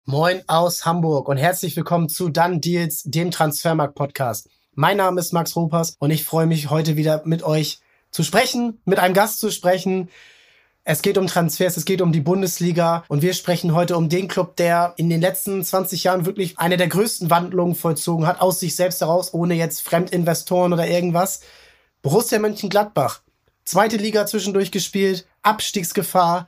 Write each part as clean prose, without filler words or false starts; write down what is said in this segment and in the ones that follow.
Moin aus Hamburg und herzlich willkommen zu Done Deals, dem Transfermarkt-Podcast. Mein Name ist Max Ropers und ich freue mich, heute wieder mit euch zu sprechen, mit einem Gast zu sprechen. Es geht um Transfers, es geht um die Bundesliga und wir sprechen heute um den Club, der in den letzten 20 Jahren wirklich eine der größten Wandlungen vollzogen hat, aus sich selbst heraus, ohne jetzt Fremdinvestoren oder irgendwas. Borussia Mönchengladbach, zweite Liga zwischendurch gespielt, Abstiegsgefahr,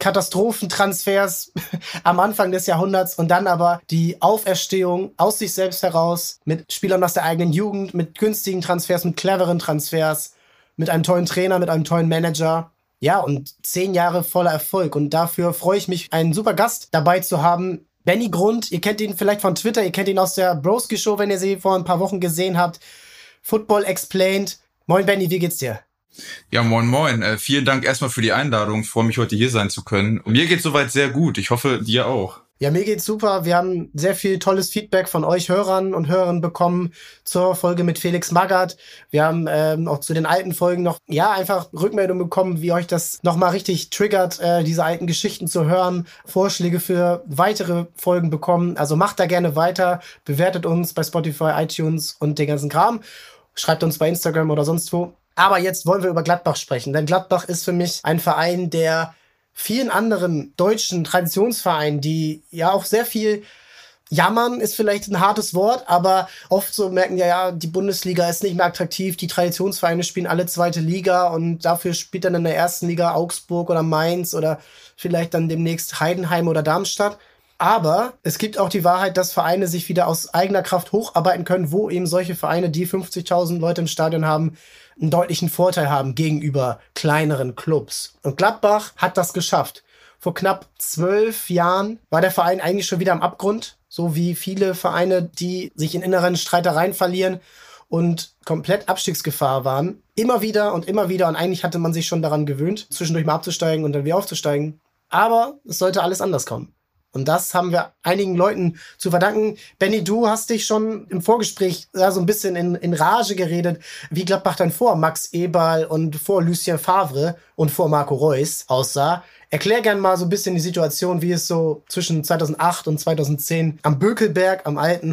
Katastrophentransfers am Anfang des Jahrhunderts und dann aber die Auferstehung aus sich selbst heraus mit Spielern aus der eigenen Jugend, mit günstigen Transfers, mit cleveren Transfers, mit einem tollen Trainer, mit einem tollen Manager. Ja, und 10 Jahre voller Erfolg. Und dafür freue ich mich, einen super Gast dabei zu haben. Benny Grund, ihr kennt ihn vielleicht von Twitter, ihr kennt ihn aus der Broski Show, wenn ihr sie vor ein paar Wochen gesehen habt. Football Explained. Moin Benny, wie geht's dir? Ja, moin moin. Vielen Dank erstmal für die Einladung. Ich freue mich, heute hier sein zu können. Und mir geht's soweit sehr gut. Ich hoffe, dir auch. Ja, mir geht's super. Wir haben sehr viel tolles Feedback von euch Hörern und Hörerinnen bekommen zur Folge mit Felix Magath. Wir haben auch zu den alten Folgen noch, einfach Rückmeldungen bekommen, wie euch das nochmal richtig triggert, diese alten Geschichten zu hören, Vorschläge für weitere Folgen bekommen. Also macht da gerne weiter, bewertet uns bei Spotify, iTunes und den ganzen Kram. Schreibt uns bei Instagram oder sonst wo. Aber jetzt wollen wir über Gladbach sprechen, denn Gladbach ist für mich ein Verein, der vielen anderen deutschen Traditionsvereinen, die ja auch sehr viel jammern, ist vielleicht ein hartes Wort, aber oft so merken ja, die Bundesliga ist nicht mehr attraktiv, die Traditionsvereine spielen alle zweite Liga und dafür spielt dann in der ersten Liga Augsburg oder Mainz oder vielleicht dann demnächst Heidenheim oder Darmstadt. Aber es gibt auch die Wahrheit, dass Vereine sich wieder aus eigener Kraft hocharbeiten können, wo eben solche Vereine, die 50.000 Leute im Stadion haben, einen deutlichen Vorteil haben gegenüber kleineren Clubs. Und Gladbach hat das geschafft. Vor knapp 12 Jahren war der Verein eigentlich schon wieder am Abgrund, so wie viele Vereine, die sich in inneren Streitereien verlieren und komplett Abstiegsgefahr waren. Immer wieder und eigentlich hatte man sich schon daran gewöhnt, zwischendurch mal abzusteigen und dann wieder aufzusteigen. Aber es sollte alles anders kommen. Und das haben wir einigen Leuten zu verdanken. Benny, du hast dich schon im Vorgespräch so ein bisschen in Rage geredet, wie Gladbach dann vor Max Eberl und vor Lucien Favre und vor Marco Reus aussah. Erklär gern mal so ein bisschen die Situation, wie es so zwischen 2008 und 2010 am Bökelberg, am Alten,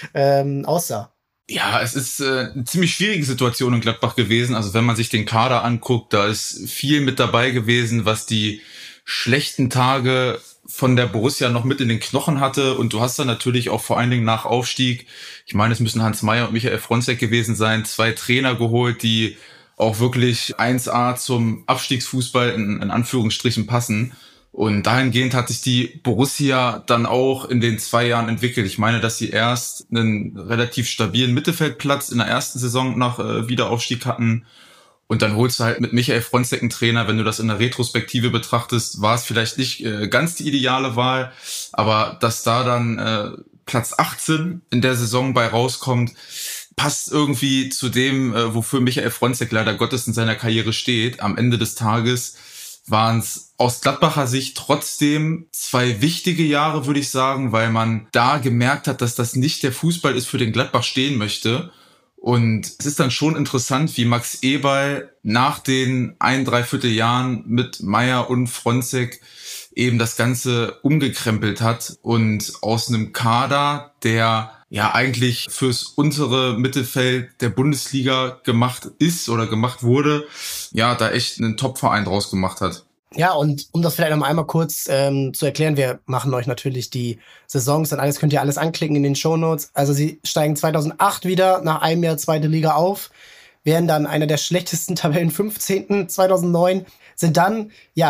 aussah. Ja, es ist eine ziemlich schwierige Situation in Gladbach gewesen. Also wenn man sich den Kader anguckt, da ist viel mit dabei gewesen, was die schlechten Tage von der Borussia noch mit in den Knochen hatte. Und du hast dann natürlich auch vor allen Dingen nach Aufstieg, ich meine, es müssen Hans Meyer und Michael Fronzek gewesen sein, 2 Trainer geholt, die auch wirklich 1A zum Abstiegsfußball in Anführungsstrichen passen. Und dahingehend hat sich die Borussia dann auch in den 2 Jahren entwickelt. Ich meine, dass sie erst einen relativ stabilen Mittelfeldplatz in der ersten Saison nach Wiederaufstieg hatten. Und dann holst du halt mit Michael Fronzek einen Trainer. Wenn du das in der Retrospektive betrachtest, war es vielleicht nicht ganz die ideale Wahl. Aber dass da dann Platz 18 in der Saison bei rauskommt, passt irgendwie zu dem, wofür Michael Fronzek leider Gottes in seiner Karriere steht. Am Ende des Tages waren es aus Gladbacher Sicht trotzdem 2 wichtige Jahre, würde ich sagen, weil man da gemerkt hat, dass das nicht der Fußball ist, für den Gladbach stehen möchte. Und es ist dann schon interessant, wie Max Eberl nach den 1,75 Jahren mit Meyer und Fronzek eben das Ganze umgekrempelt hat und aus einem Kader, der ja eigentlich fürs untere Mittelfeld der Bundesliga gemacht ist oder gemacht wurde, ja, da echt einen Top-Verein draus gemacht hat. Ja, und um das vielleicht noch einmal kurz zu erklären, wir machen euch natürlich die Saisons und alles, könnt ihr alles anklicken in den Shownotes. Also sie steigen 2008 wieder nach einem Jahr zweite Liga auf, werden dann einer der schlechtesten Tabellen 15. 2009, sind dann,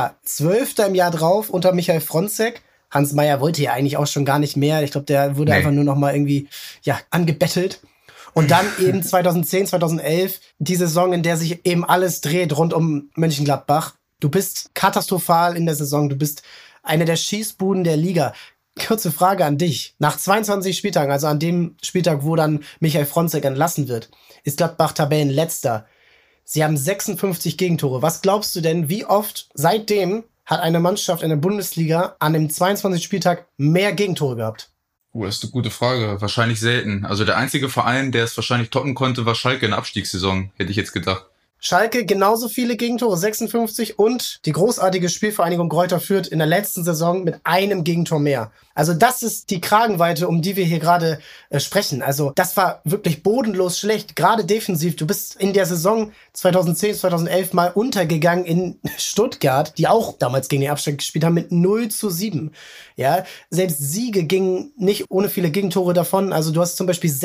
12. im Jahr drauf unter Michael Fronzek. Hans Meyer wollte ja eigentlich auch schon gar nicht mehr. Ich glaube, der wurde einfach nur noch mal irgendwie, angebettelt. Und dann eben 2010, 2011 die Saison, in der sich eben alles dreht rund um Mönchengladbach. Du bist katastrophal in der Saison. Du bist eine der Schießbuden der Liga. Kurze Frage an dich. Nach 22 Spieltagen, also an dem Spieltag, wo dann Michael Fronzek entlassen wird, ist Gladbach Tabellenletzter. Sie haben 56 Gegentore. Was glaubst du denn, wie oft seitdem hat eine Mannschaft in der Bundesliga an dem 22. Spieltag mehr Gegentore gehabt? Das ist eine gute Frage. Wahrscheinlich selten. Also der einzige Verein, der es wahrscheinlich toppen konnte, war Schalke in der Abstiegssaison, hätte ich jetzt gedacht. Schalke genauso viele Gegentore, 56, und die großartige Spielvereinigung Greuther Fürth in der letzten Saison mit einem Gegentor mehr. Also das ist die Kragenweite, um die wir hier gerade sprechen. Also das war wirklich bodenlos schlecht, gerade defensiv. Du bist in der Saison 2010, 2011 mal untergegangen in Stuttgart, die auch damals gegen den Abstieg gespielt haben, mit 0-7. Ja, selbst Siege gingen nicht ohne viele Gegentore davon. Also du hast zum Beispiel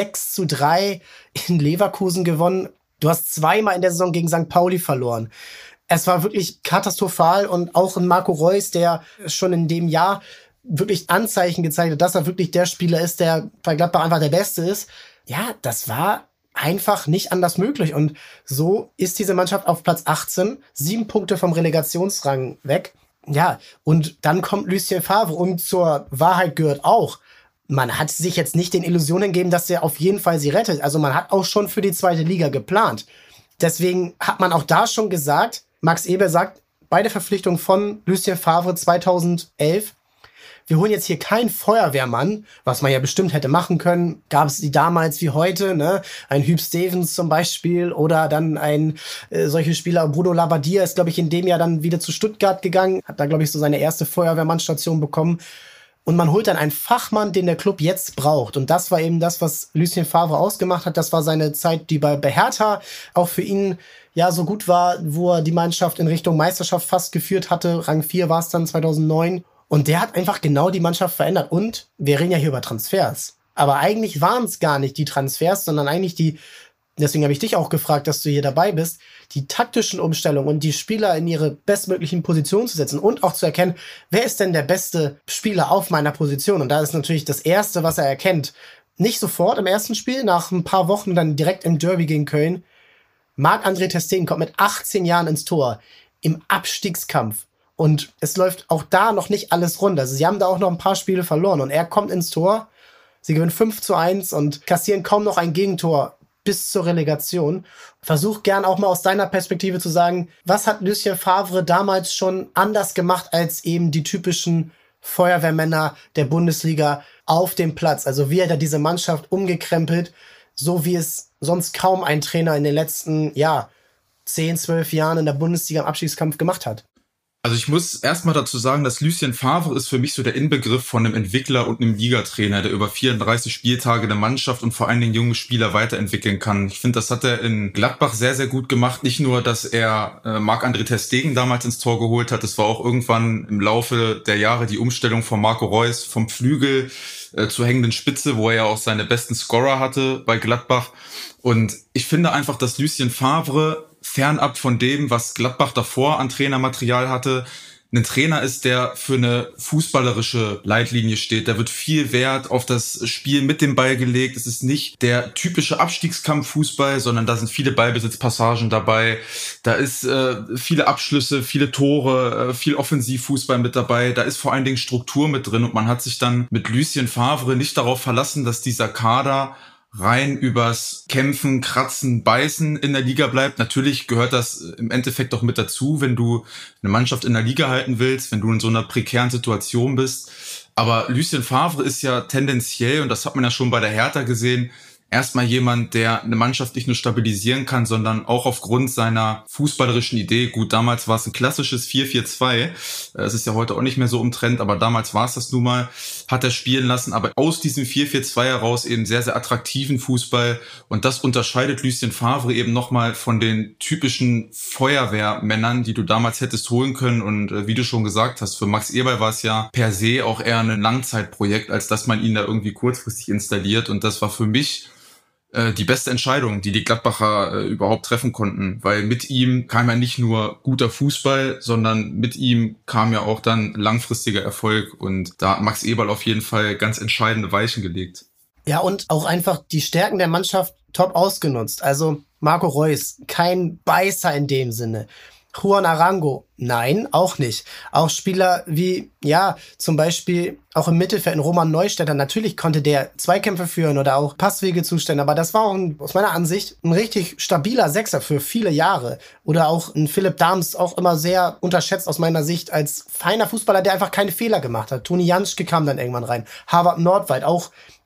6-3 in Leverkusen gewonnen. Du hast zweimal in der Saison gegen St. Pauli verloren. Es war wirklich katastrophal, und auch ein Marco Reus, der schon in dem Jahr wirklich Anzeichen gezeigt hat, dass er wirklich der Spieler ist, der bei Gladbach einfach der Beste ist. Ja, das war einfach nicht anders möglich. Und so ist diese Mannschaft auf Platz 18, 7 Punkte vom Relegationsrang weg. Ja, und dann kommt Lucien Favre, und zur Wahrheit gehört auch, man hat sich jetzt nicht den Illusionen gegeben, dass er auf jeden Fall sie rettet. Also man hat auch schon für die zweite Liga geplant. Deswegen hat man auch da schon gesagt, Max Eberl sagt bei der Verpflichtung von Lucien Favre 2011, wir holen jetzt hier keinen Feuerwehrmann, was man ja bestimmt hätte machen können. Gab es die damals wie heute, ne? Ein Huub Stevens zum Beispiel, oder dann solche Spieler, Bruno Labbadia ist, glaube ich, in dem Jahr dann wieder zu Stuttgart gegangen, hat da, glaube ich, so seine erste Feuerwehrmannstation bekommen. Und man holt dann einen Fachmann, den der Club jetzt braucht. Und das war eben das, was Lucien Favre ausgemacht hat. Das war seine Zeit, die bei Hertha auch für ihn ja so gut war, wo er die Mannschaft in Richtung Meisterschaft fast geführt hatte. Rang 4 war es dann 2009. Und der hat einfach genau die Mannschaft verändert. Und wir reden ja hier über Transfers. Aber eigentlich waren es gar nicht die Transfers, sondern eigentlich deswegen habe ich dich auch gefragt, dass du hier dabei bist, die taktischen Umstellungen und die Spieler in ihre bestmöglichen Positionen zu setzen und auch zu erkennen, wer ist denn der beste Spieler auf meiner Position? Und da ist natürlich das Erste, was er erkennt, nicht sofort im ersten Spiel, nach ein paar Wochen dann direkt im Derby gegen Köln. Marc-André ter Stegen kommt mit 18 Jahren ins Tor, im Abstiegskampf. Und es läuft auch da noch nicht alles rund. Also sie haben da auch noch ein paar Spiele verloren, und er kommt ins Tor. Sie gewinnen 5-1 und kassieren kaum noch ein Gegentor bis zur Relegation. Versuch gern auch mal aus deiner Perspektive zu sagen, was hat Lucien Favre damals schon anders gemacht als eben die typischen Feuerwehrmänner der Bundesliga auf dem Platz? Also wie hat er diese Mannschaft umgekrempelt, so wie es sonst kaum ein Trainer in den letzten 10, 12 Jahren in der Bundesliga im Abstiegskampf gemacht hat? Also ich muss erstmal dazu sagen, dass Lucien Favre ist für mich so der Inbegriff von einem Entwickler und einem Ligatrainer, der über 34 Spieltage eine Mannschaft und vor allen Dingen junge Spieler weiterentwickeln kann. Ich finde, das hat er in Gladbach sehr, sehr gut gemacht. Nicht nur, dass er Marc-André ter Stegen damals ins Tor geholt hat, es war auch irgendwann im Laufe der Jahre die Umstellung von Marco Reus vom Flügel zur hängenden Spitze, wo er ja auch seine besten Scorer hatte bei Gladbach. Und ich finde einfach, dass Lucien Favre fernab von dem, was Gladbach davor an Trainermaterial hatte, ein Trainer ist, der für eine fußballerische Leitlinie steht. Da wird viel Wert auf das Spiel mit dem Ball gelegt. Es ist nicht der typische Abstiegskampf-Fußball, sondern da sind viele Ballbesitzpassagen dabei. Da ist viele Abschlüsse, viele Tore, viel Offensivfußball mit dabei. Da ist vor allen Dingen Struktur mit drin, und man hat sich dann mit Lucien Favre nicht darauf verlassen, dass dieser Kader rein übers Kämpfen, Kratzen, Beißen in der Liga bleibt. Natürlich gehört das im Endeffekt auch mit dazu, wenn du eine Mannschaft in der Liga halten willst, wenn du in so einer prekären Situation bist. Aber Lucien Favre ist ja tendenziell, und das hat man ja schon bei der Hertha gesehen, erstmal jemand, der eine Mannschaft nicht nur stabilisieren kann, sondern auch aufgrund seiner fußballerischen Idee. Gut, damals war es ein klassisches 4-4-2. Es ist ja heute auch nicht mehr so im Trend, aber damals war es das nun mal, hat er spielen lassen. Aber aus diesem 4-4-2 heraus eben sehr, sehr attraktiven Fußball. Und das unterscheidet Lucien Favre eben nochmal von den typischen Feuerwehrmännern, die du damals hättest holen können. Und wie du schon gesagt hast, für Max Eberl war es ja per se auch eher ein Langzeitprojekt, als dass man ihn da irgendwie kurzfristig installiert. Und das war für mich die beste Entscheidung, die Gladbacher überhaupt treffen konnten, weil mit ihm kam ja nicht nur guter Fußball, sondern mit ihm kam ja auch dann langfristiger Erfolg, und da hat Max Eberl auf jeden Fall ganz entscheidende Weichen gelegt. Ja, und auch einfach die Stärken der Mannschaft top ausgenutzt. Also Marco Reus, kein Beißer in dem Sinne. Juan Arango, nein, auch nicht. Auch Spieler wie, zum Beispiel auch im Mittelfeld ein Roman Neustädter, natürlich konnte der Zweikämpfe führen oder auch Passwege zustellen, aber das war auch aus meiner Ansicht ein richtig stabiler Sechser für viele Jahre. Oder auch ein Philipp Dahms, auch immer sehr unterschätzt aus meiner Sicht als feiner Fußballer, der einfach keine Fehler gemacht hat. Toni Janschke kam dann irgendwann rein. Harvard Nordwald, auch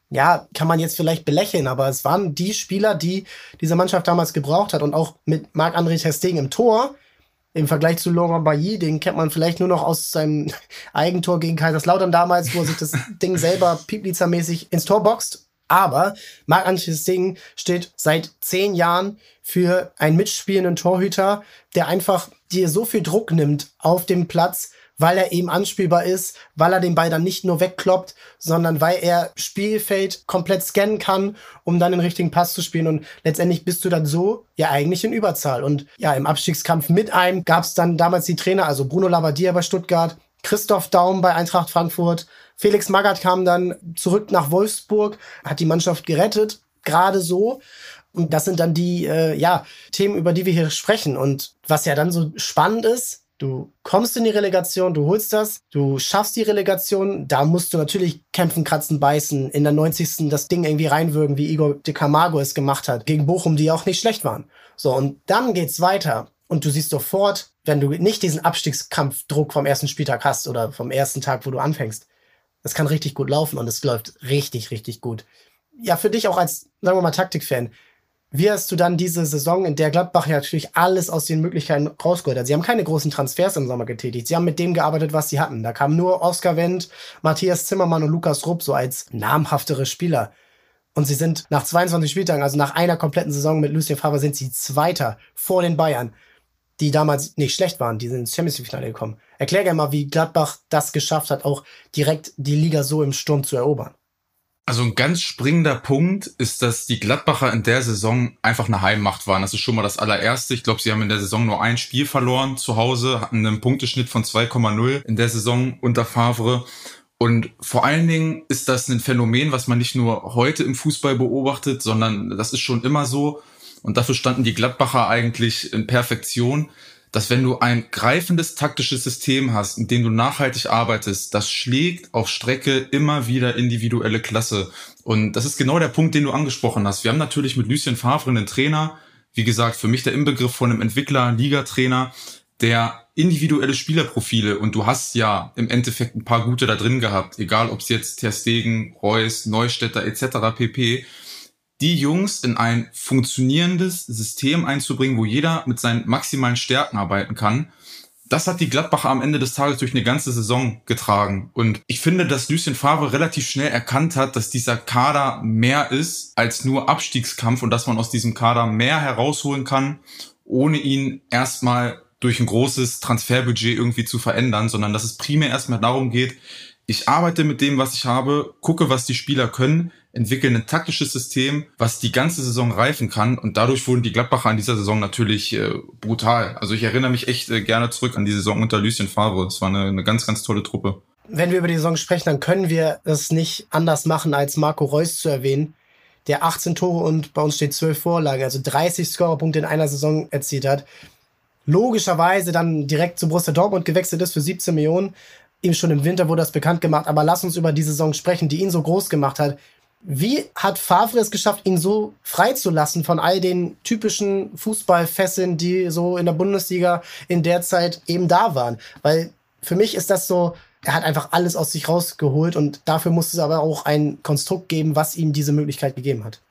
ja, kann man jetzt vielleicht belächeln, aber es waren die Spieler, die diese Mannschaft damals gebraucht hat. Und auch mit Marc-André ter Stegen im Tor, im Vergleich zu Laurent Bailly, den kennt man vielleicht nur noch aus seinem Eigentor gegen Kaiserslautern damals, wo er sich das Ding selber Pieplitzer-mäßig ins Tor boxt. Aber Marc-André ter Stegen steht seit 10 Jahren für einen mitspielenden Torhüter, der einfach dir so viel Druck nimmt auf dem Platz, weil er eben anspielbar ist, weil er den Ball dann nicht nur wegkloppt, sondern weil er Spielfeld komplett scannen kann, um dann den richtigen Pass zu spielen. Und letztendlich bist du dann so ja eigentlich in Überzahl. Und ja, im Abstiegskampf mit einem gab es dann damals die Trainer, also Bruno Labbadia bei Stuttgart, Christoph Daum bei Eintracht Frankfurt, Felix Magath kam dann zurück nach Wolfsburg, hat die Mannschaft gerettet, gerade so. Und das sind dann die Themen, über die wir hier sprechen. Und was ja dann so spannend ist, du kommst in die Relegation, du holst das, du schaffst die Relegation, da musst du natürlich kämpfen, kratzen, beißen, in der 90. das Ding irgendwie reinwürgen, wie Igor de Camargo es gemacht hat, gegen Bochum, die auch nicht schlecht waren. So, und dann geht's weiter. Und du siehst sofort, wenn du nicht diesen Abstiegskampfdruck vom ersten Spieltag hast oder vom ersten Tag, wo du anfängst, das kann richtig gut laufen und es läuft richtig, richtig gut. Ja, für dich auch als, sagen wir mal, Taktikfan, wie hast du dann diese Saison, in der Gladbach ja natürlich alles aus den Möglichkeiten rausgeholt hat? Sie haben keine großen Transfers im Sommer getätigt. Sie haben mit dem gearbeitet, was sie hatten. Da kamen nur Oskar Wendt, Matthias Zimmermann und Lukas Rupp so als namhaftere Spieler. Und sie sind nach 22 Spieltagen, also nach einer kompletten Saison mit Lucien Favre, sind sie Zweiter vor den Bayern, die damals nicht schlecht waren. Die sind ins Champions League-Finale gekommen. Erklär gerne mal, wie Gladbach das geschafft hat, auch direkt die Liga so im Sturm zu erobern. Also ein ganz springender Punkt ist, dass die Gladbacher in der Saison einfach eine Heimmacht waren. Das ist schon mal das allererste. Ich glaube, sie haben in der Saison nur ein Spiel verloren zu Hause, hatten einen Punkteschnitt von 2,0 in der Saison unter Favre. Und vor allen Dingen ist das ein Phänomen, was man nicht nur heute im Fußball beobachtet, sondern das ist schon immer so. Und dafür standen die Gladbacher eigentlich in Perfektion, dass wenn du ein greifendes taktisches System hast, in dem du nachhaltig arbeitest, das schlägt auf Strecke immer wieder individuelle Klasse. Und das ist genau der Punkt, den du angesprochen hast. Wir haben natürlich mit Lucien Favre einen Trainer, wie gesagt, für mich der Inbegriff von einem Entwickler, Ligatrainer, der individuelle Spielerprofile, und du hast ja im Endeffekt ein paar gute da drin gehabt, egal ob es jetzt ter Stegen, Reus, Neustädter etc. pp., die Jungs in ein funktionierendes System einzubringen, wo jeder mit seinen maximalen Stärken arbeiten kann. Das hat die Gladbacher am Ende des Tages durch eine ganze Saison getragen. Und ich finde, dass Lucien Favre relativ schnell erkannt hat, dass dieser Kader mehr ist als nur Abstiegskampf und dass man aus diesem Kader mehr herausholen kann, ohne ihn erstmal durch ein großes Transferbudget irgendwie zu verändern, sondern dass es primär erstmal darum geht, ich arbeite mit dem, was ich habe, gucke, was die Spieler können, entwickle ein taktisches System, was die ganze Saison reifen kann. Und dadurch wurden die Gladbacher in dieser Saison natürlich brutal. Also ich erinnere mich echt gerne zurück an die Saison unter Lucien Favre. Es war eine ganz, ganz tolle Truppe. Wenn wir über die Saison sprechen, dann können wir es nicht anders machen, als Marco Reus zu erwähnen, der 18 Tore und bei uns steht 12 Vorlagen, also 30 Scorerpunkte in einer Saison erzielt hat. Logischerweise dann direkt zu Borussia Dortmund gewechselt ist für 17 Millionen. Ihm schon im Winter wurde das bekannt gemacht, aber lass uns über die Saison sprechen, die ihn so groß gemacht hat. Wie hat Favre es geschafft, ihn so freizulassen von all den typischen Fußballfesseln, die so in der Bundesliga in der Zeit eben da waren? Weil für mich ist das so, er hat einfach alles aus sich rausgeholt und dafür musste es aber auch ein Konstrukt geben, was ihm diese Möglichkeit gegeben hat.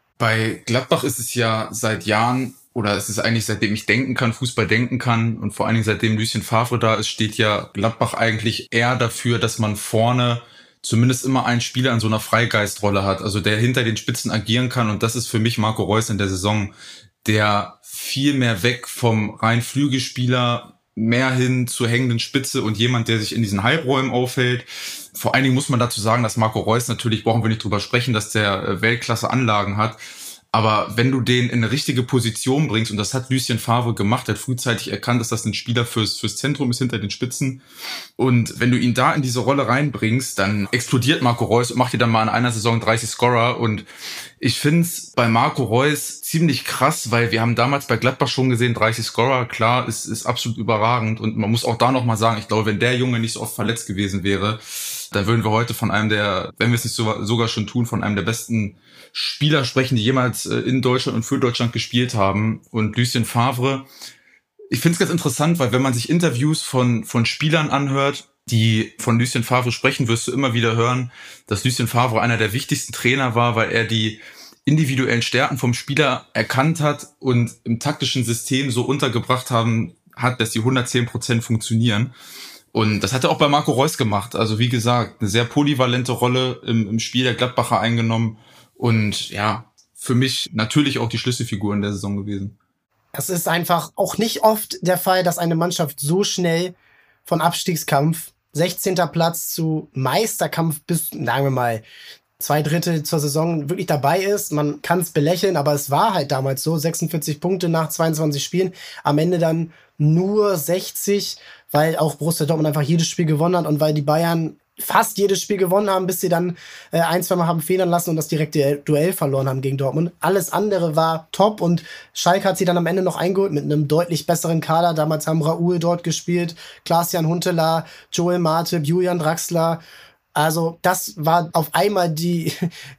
Bei Gladbach ist es ja seit Jahren, oder es ist eigentlich seitdem ich denken kann, Fußball denken kann und vor allen Dingen seitdem Lucien Favre da ist, steht ja Gladbach eigentlich eher dafür, dass man vorne zumindest immer einen Spieler in so einer Freigeistrolle hat, also der hinter den Spitzen agieren kann, und das ist für mich Marco Reus in der Saison, der viel mehr weg vom rein Flügelspieler mehr hin zur hängenden Spitze und jemand, der sich in diesen Halbräumen aufhält. Vor allen Dingen muss man dazu sagen, dass Marco Reus, natürlich brauchen wir nicht drüber sprechen, dass der Weltklasse Anlagen hat, aber wenn du den in eine richtige Position bringst, und das hat Lucien Favre gemacht, hat frühzeitig erkannt, dass das ein Spieler fürs Zentrum ist, hinter den Spitzen. Und wenn du ihn da in diese Rolle reinbringst, dann explodiert Marco Reus und macht dir dann mal in einer Saison 30 Scorer. Und ich find's bei Marco Reus ziemlich krass, weil wir haben damals bei Gladbach schon gesehen, 30 Scorer, klar, ist absolut überragend. Und man muss auch da nochmal sagen, ich glaube, wenn der Junge nicht so oft verletzt gewesen wäre, dann würden wir heute von einem der, wenn wir es nicht sogar schon tun, von einem der besten Spieler sprechen, die jemals in Deutschland und für Deutschland gespielt haben. Und Lucien Favre, ich finde es ganz interessant, weil wenn man sich Interviews von Spielern anhört, die von Lucien Favre sprechen, wirst du immer wieder hören, dass Lucien Favre einer der wichtigsten Trainer war, weil er die individuellen Stärken vom Spieler erkannt hat und im taktischen System so untergebracht hat, dass die 110% funktionieren. Und das hat er auch bei Marco Reus gemacht. Also wie gesagt, eine sehr polyvalente Rolle im Spiel der Gladbacher eingenommen und ja, für mich natürlich auch die Schlüsselfigur in der Saison gewesen. Es ist einfach auch nicht oft der Fall, dass eine Mannschaft so schnell von Abstiegskampf, 16. Platz zu Meisterkampf bis, sagen wir mal, 2/3 zur Saison wirklich dabei ist. Man kann es belächeln, aber es war halt damals so, 46 Punkte nach 22 Spielen, am Ende dann nur 60, weil auch Borussia Dortmund einfach jedes Spiel gewonnen hat und weil die Bayern fast jedes Spiel gewonnen haben, bis sie dann ein, zwei Mal haben federn lassen und das direkte Duell verloren haben gegen Dortmund. Alles andere war top und Schalke hat sie dann am Ende noch eingeholt mit einem deutlich besseren Kader. Damals haben Raoul dort gespielt, Klaas-Jan Huntelaar, Joel Matip, Julian Draxler. Also das war auf einmal die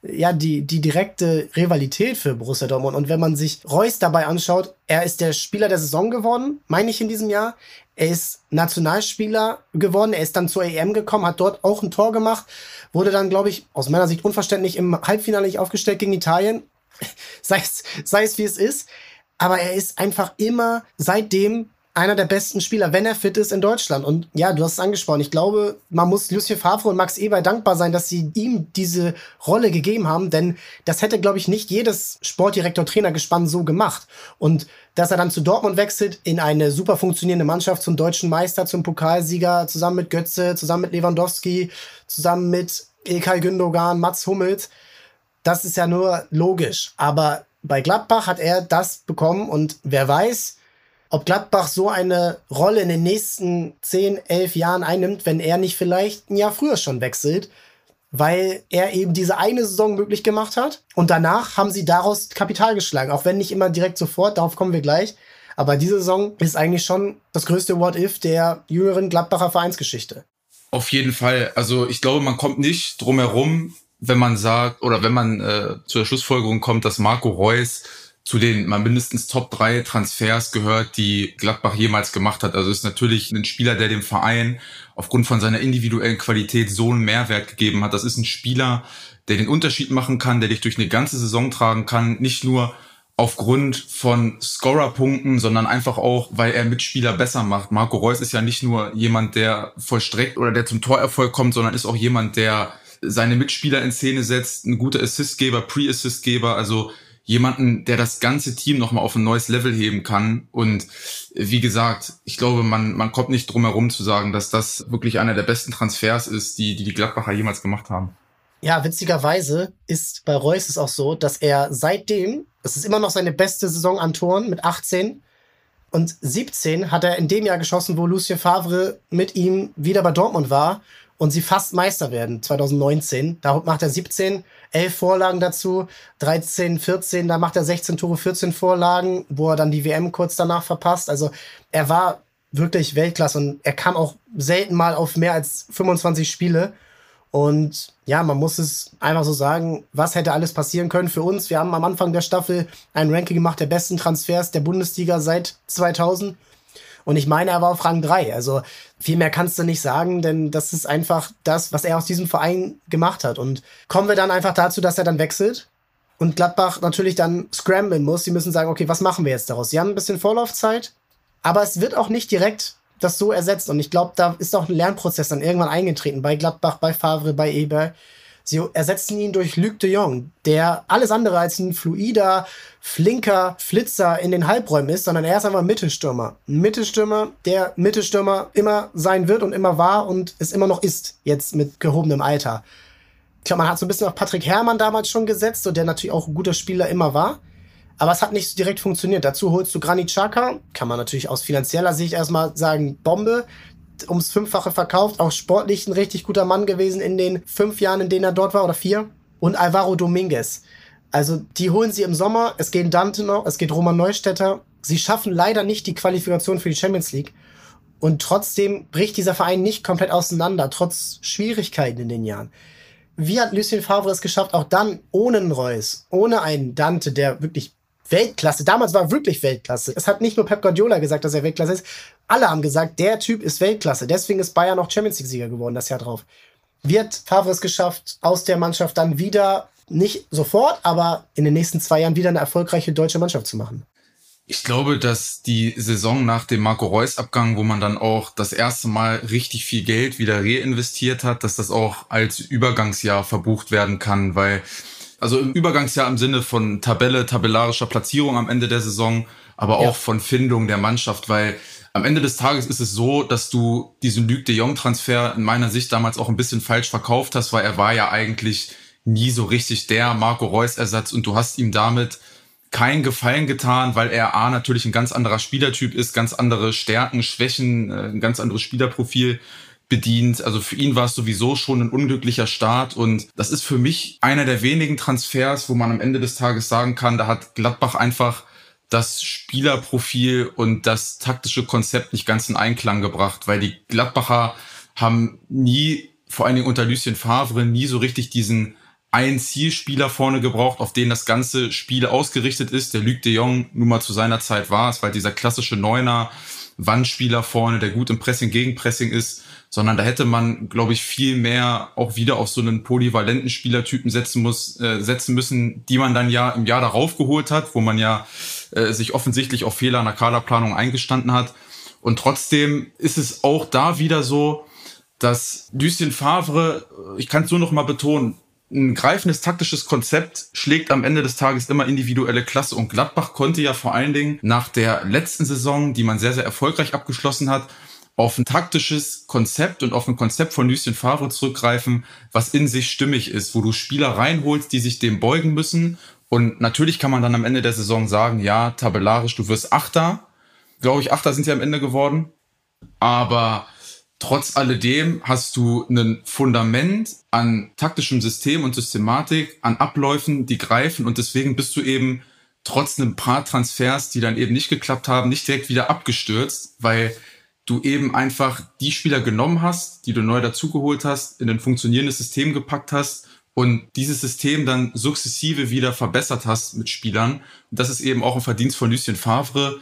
direkte Rivalität für Borussia Dortmund. Und wenn man sich Reus dabei anschaut, er ist der Spieler der Saison geworden, meine ich in diesem Jahr. Er ist Nationalspieler geworden, er ist dann zur EM gekommen, hat dort auch ein Tor gemacht, wurde dann, glaube ich, aus meiner Sicht unverständlich im Halbfinale nicht aufgestellt gegen Italien. sei es wie es ist. Aber er ist einfach immer seitdem einer der besten Spieler, wenn er fit ist, in Deutschland. Und ja, du hast es angesprochen. Ich glaube, man muss Lucien Favre und Max Eberl dankbar sein, dass sie ihm diese Rolle gegeben haben, denn das hätte, glaube ich, nicht jedes Sportdirektor-Trainergespann so gemacht. Und dass er dann zu Dortmund wechselt, in eine super funktionierende Mannschaft, zum deutschen Meister, zum Pokalsieger, zusammen mit Götze, zusammen mit Lewandowski, zusammen mit İlkay Gündoğan, Mats Hummels, das ist ja nur logisch. Aber bei Gladbach hat er das bekommen und wer weiß, ob Gladbach so eine Rolle in den nächsten 10, 11 Jahren einnimmt, wenn er nicht vielleicht ein Jahr früher schon wechselt, weil er eben diese eine Saison möglich gemacht hat. Und danach haben sie daraus Kapital geschlagen, auch wenn nicht immer direkt sofort, darauf kommen wir gleich. Aber diese Saison ist eigentlich schon das größte What-If der jüngeren Gladbacher Vereinsgeschichte. Auf jeden Fall. Also ich glaube, man kommt nicht drum herum, wenn man sagt, oder wenn man zur Schlussfolgerung kommt, dass Marco Reus zu den mal mindestens Top 3 Transfers gehört, die Gladbach jemals gemacht hat. Also ist natürlich ein Spieler, der dem Verein aufgrund von seiner individuellen Qualität so einen Mehrwert gegeben hat. Das ist ein Spieler, der den Unterschied machen kann, der dich durch eine ganze Saison tragen kann. Nicht nur aufgrund von Scorerpunkten, sondern einfach auch, weil er Mitspieler besser macht. Marco Reus ist ja nicht nur jemand, der vollstreckt oder der zum Torerfolg kommt, sondern ist auch jemand, der seine Mitspieler in Szene setzt, ein guter Assistgeber, Pre-Assistgeber, also jemanden, der das ganze Team nochmal auf ein neues Level heben kann. Und wie gesagt, ich glaube, man kommt nicht drum herum zu sagen, dass das wirklich einer der besten Transfers ist, die Gladbacher jemals gemacht haben. Ja, witzigerweise ist bei Reus es auch so, dass er seitdem, es ist immer noch seine beste Saison an Toren mit 18 und 17 hat er in dem Jahr geschossen, wo Lucien Favre mit ihm wieder bei Dortmund war und sie fast Meister werden, 2019. Da macht er 17, 11 Vorlagen dazu, 13, 14, da macht er 16 Tore, 14 Vorlagen, wo er dann die WM kurz danach verpasst. Also er war wirklich Weltklasse und er kam auch selten mal auf mehr als 25 Spiele. Und ja, man muss es einfach so sagen, was hätte alles passieren können für uns. Wir haben am Anfang der Staffel ein Ranking gemacht der besten Transfers der Bundesliga seit 2000. Und ich meine, er war auf Rang 3. Also viel mehr kannst du nicht sagen, denn das ist einfach das, was er aus diesem Verein gemacht hat. Und kommen wir dann einfach dazu, dass er dann wechselt und Gladbach natürlich dann scramblen muss. Sie müssen sagen, okay, was machen wir jetzt daraus? Sie haben ein bisschen Vorlaufzeit, aber es wird auch nicht direkt das so ersetzt. Und ich glaube, da ist auch ein Lernprozess dann irgendwann eingetreten bei Gladbach, bei Favre, bei Eberl. Sie ersetzen ihn durch Luc de Jong, der alles andere als ein fluider, flinker Flitzer in den Halbräumen ist, sondern er ist einfach ein Mittelstürmer. Ein Mittelstürmer, der Mittelstürmer immer sein wird und immer war und es immer noch ist, jetzt mit gehobenem Alter. Ich glaube, man hat so ein bisschen auf Patrick Herrmann damals schon gesetzt, so der natürlich auch ein guter Spieler immer war. Aber es hat nicht so direkt funktioniert. Dazu holst du Granit Xhaka, kann man natürlich aus finanzieller Sicht erstmal sagen, Bombe, ums 5-fache verkauft, auch sportlich ein richtig guter Mann gewesen in den 5 Jahren, in denen er dort war, oder 4. Und Alvaro Dominguez. Also die holen sie im Sommer, es geht Dante noch, es geht Roman Neustädter. Sie schaffen leider nicht die Qualifikation für die Champions League. Und trotzdem bricht dieser Verein nicht komplett auseinander, trotz Schwierigkeiten in den Jahren. Wie hat Lucien Favre es geschafft, auch dann ohne einen Reus, ohne einen Dante, der wirklich Weltklasse. Damals war wirklich Weltklasse. Es hat nicht nur Pep Guardiola gesagt, dass er Weltklasse ist. Alle haben gesagt, der Typ ist Weltklasse. Deswegen ist Bayern noch Champions League-Sieger geworden das Jahr drauf. Wird Favre es geschafft, aus der Mannschaft dann wieder, nicht sofort, aber in den nächsten 2 Jahren wieder eine erfolgreiche deutsche Mannschaft zu machen? Ich glaube, dass die Saison nach dem Marco Reus-Abgang, wo man dann auch das erste Mal richtig viel Geld wieder reinvestiert hat, dass das auch als Übergangsjahr verbucht werden kann, weil, also im Übergangsjahr im Sinne von Tabelle, tabellarischer Platzierung am Ende der Saison, aber auch von Findung der Mannschaft, weil am Ende des Tages ist es so, dass du diesen Luc de Jong-Transfer in meiner Sicht damals auch ein bisschen falsch verkauft hast, weil er war ja eigentlich nie so richtig der Marco Reus-Ersatz und du hast ihm damit keinen Gefallen getan, weil er natürlich ein ganz anderer Spielertyp ist, ganz andere Stärken, Schwächen, ein ganz anderes Spielerprofil bedient. Also für ihn war es sowieso schon ein unglücklicher Start und das ist für mich einer der wenigen Transfers, wo man am Ende des Tages sagen kann, da hat Gladbach einfach das Spielerprofil und das taktische Konzept nicht ganz in Einklang gebracht, weil die Gladbacher haben nie, vor allen Dingen unter Lucien Favre, nie so richtig diesen einen Zielspieler vorne gebraucht, auf den das ganze Spiel ausgerichtet ist. Der Luc de Jong nun mal zu seiner Zeit war, es war dieser klassische Neuner, Wandspieler vorne, der gut im Pressing, Gegenpressing ist, sondern da hätte man, glaube ich, viel mehr auch wieder auf so einen polyvalenten Spielertypen setzen müssen, die man dann ja im Jahr darauf geholt hat, wo man ja sich offensichtlich auf Fehler in der Kaderplanung eingestanden hat. Und trotzdem ist es auch da wieder so, dass Lucien Favre, ich kann es nur noch mal betonen, ein greifendes taktisches Konzept schlägt am Ende des Tages immer individuelle Klasse. Und Gladbach konnte ja vor allen Dingen nach der letzten Saison, die man sehr, sehr erfolgreich abgeschlossen hat, auf ein taktisches Konzept und auf ein Konzept von Lucien Favre zurückgreifen, was in sich stimmig ist, wo du Spieler reinholst, die sich dem beugen müssen. Und natürlich kann man dann am Ende der Saison sagen, ja, tabellarisch, du wirst Achter. Glaube ich, Achter sind sie am Ende geworden. Aber trotz alledem hast du ein Fundament an taktischem System und Systematik, an Abläufen, die greifen und deswegen bist du eben trotz ein paar Transfers, die dann eben nicht geklappt haben, nicht direkt wieder abgestürzt, weil du eben einfach die Spieler genommen hast, die du neu dazugeholt hast, in ein funktionierendes System gepackt hast und dieses System dann sukzessive wieder verbessert hast mit Spielern. Und das ist eben auch ein Verdienst von Lucien Favre,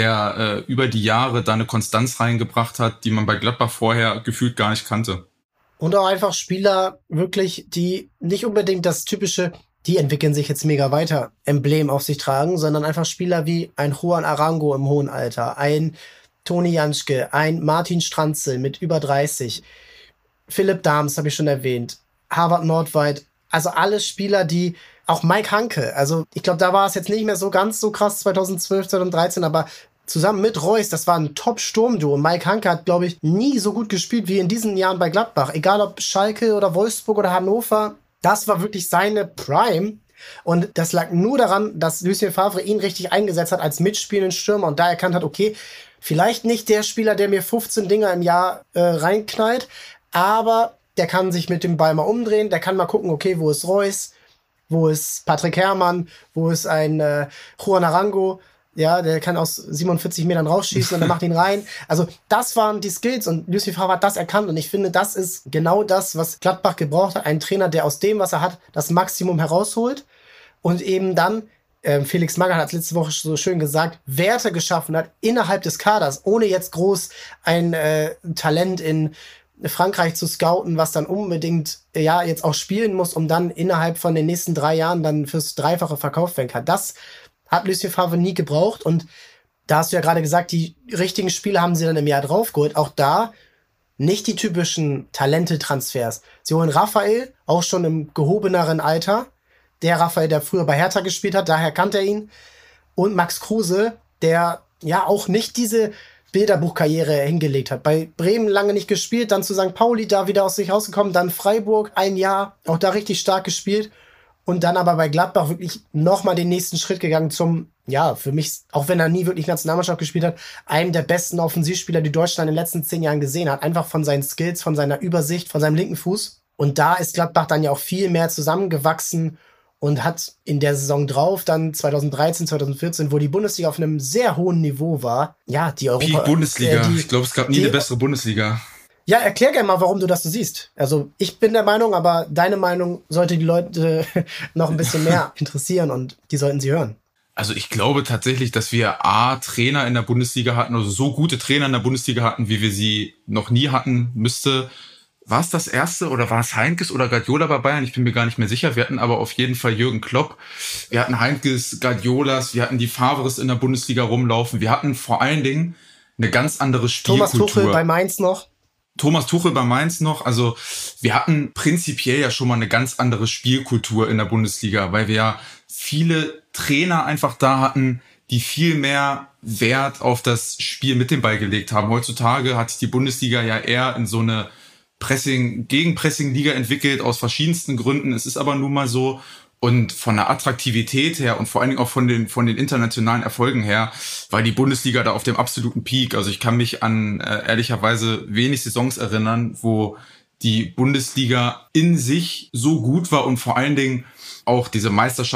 der über die Jahre da eine Konstanz reingebracht hat, die man bei Gladbach vorher gefühlt gar nicht kannte. Und auch einfach Spieler wirklich, die nicht unbedingt das typische, die entwickeln sich jetzt mega weiter, Emblem auf sich tragen, sondern einfach Spieler wie ein Juan Arango im hohen Alter, ein Toni Janschke, ein Martin Stranzel mit über 30, Philipp Dahms habe ich schon erwähnt, Harvard Nordweit, also alle Spieler, die auch Mike Hanke, also ich glaube, da war es jetzt nicht mehr so ganz so krass 2012, 2013, aber zusammen mit Reus, das war ein Top-Sturmduo. Mike Hanke hat, glaube ich, nie so gut gespielt wie in diesen Jahren bei Gladbach. Egal ob Schalke oder Wolfsburg oder Hannover, das war wirklich seine Prime. Und das lag nur daran, dass Lucien Favre ihn richtig eingesetzt hat als mitspielenden Stürmer und da erkannt hat, okay, vielleicht nicht der Spieler, der mir 15 Dinger im Jahr reinknallt, aber der kann sich mit dem Ball mal umdrehen, der kann mal gucken, okay, wo ist Reus, wo ist Patrick Herrmann, wo ist ein Juan Arango, ja, der kann aus 47 Metern rausschießen und der macht ihn rein. Also das waren die Skills und Lucien Favre hat das erkannt und ich finde, das ist genau das, was Gladbach gebraucht hat. Ein Trainer, der aus dem, was er hat, das Maximum herausholt und eben dann, Felix Magath hat es letzte Woche so schön gesagt, Werte geschaffen hat innerhalb des Kaders, ohne jetzt groß ein Talent in Frankreich zu scouten, was dann unbedingt ja jetzt auch spielen muss, um dann innerhalb von den nächsten 3 Jahren dann fürs Dreifache verkauft werden kann. Das hat Lucien Favre nie gebraucht und da hast du ja gerade gesagt, die richtigen Spieler haben sie dann im Jahr draufgeholt. Auch da nicht die typischen Talente-Transfers. Sie holen Raphael, auch schon im gehobeneren Alter. Der Raphael, der früher bei Hertha gespielt hat, daher kannte er ihn. Und Max Kruse, der ja auch nicht diese Bilderbuchkarriere hingelegt hat. Bei Bremen lange nicht gespielt, dann zu St. Pauli da wieder aus sich rausgekommen, dann Freiburg 1 Jahr, auch da richtig stark gespielt und dann aber bei Gladbach wirklich nochmal den nächsten Schritt gegangen zum, ja, für mich, auch wenn er nie wirklich Nationalmannschaft gespielt hat, einem der besten Offensivspieler, die Deutschland in den letzten 10 Jahren gesehen hat. Einfach von seinen Skills, von seiner Übersicht, von seinem linken Fuß. Und da ist Gladbach dann ja auch viel mehr zusammengewachsen und hat in der Saison drauf, dann 2013, 2014, wo die Bundesliga auf einem sehr hohen Niveau war, ja, die Europa... Peak Bundesliga. Ich glaube, es gab nie eine bessere Bundesliga. Ja, erklär gerne mal, warum du das so siehst. Also ich bin der Meinung, aber deine Meinung sollte die Leute noch ein bisschen mehr interessieren und die sollten sie hören. Also ich glaube tatsächlich, dass wir Trainer in der Bundesliga hatten, also so gute Trainer in der Bundesliga hatten, wie wir sie noch nie hatten. War es das erste oder war es Heinkes oder Guardiola bei Bayern? Ich bin mir gar nicht mehr sicher. Wir hatten aber auf jeden Fall Jürgen Klopp. Wir hatten Heinkes, Guardiolas, wir hatten die Favres in der Bundesliga rumlaufen. Wir hatten vor allen Dingen eine ganz andere Spielkultur. Thomas Tuchel bei Mainz noch. Also wir hatten prinzipiell ja schon mal eine ganz andere Spielkultur in der Bundesliga, weil wir ja viele Trainer einfach da hatten, die viel mehr Wert auf das Spiel mit dem Ball gelegt haben. Heutzutage hat sich die Bundesliga ja eher in so eine Gegenpressing-Liga entwickelt, aus verschiedensten Gründen. Es ist aber nun mal so. Und von der Attraktivität her und vor allen Dingen auch von den internationalen Erfolgen her war die Bundesliga da auf dem absoluten Peak. Also ich kann mich an ehrlicherweise wenig Saisons erinnern, wo die Bundesliga in sich so gut war und vor allen Dingen auch diese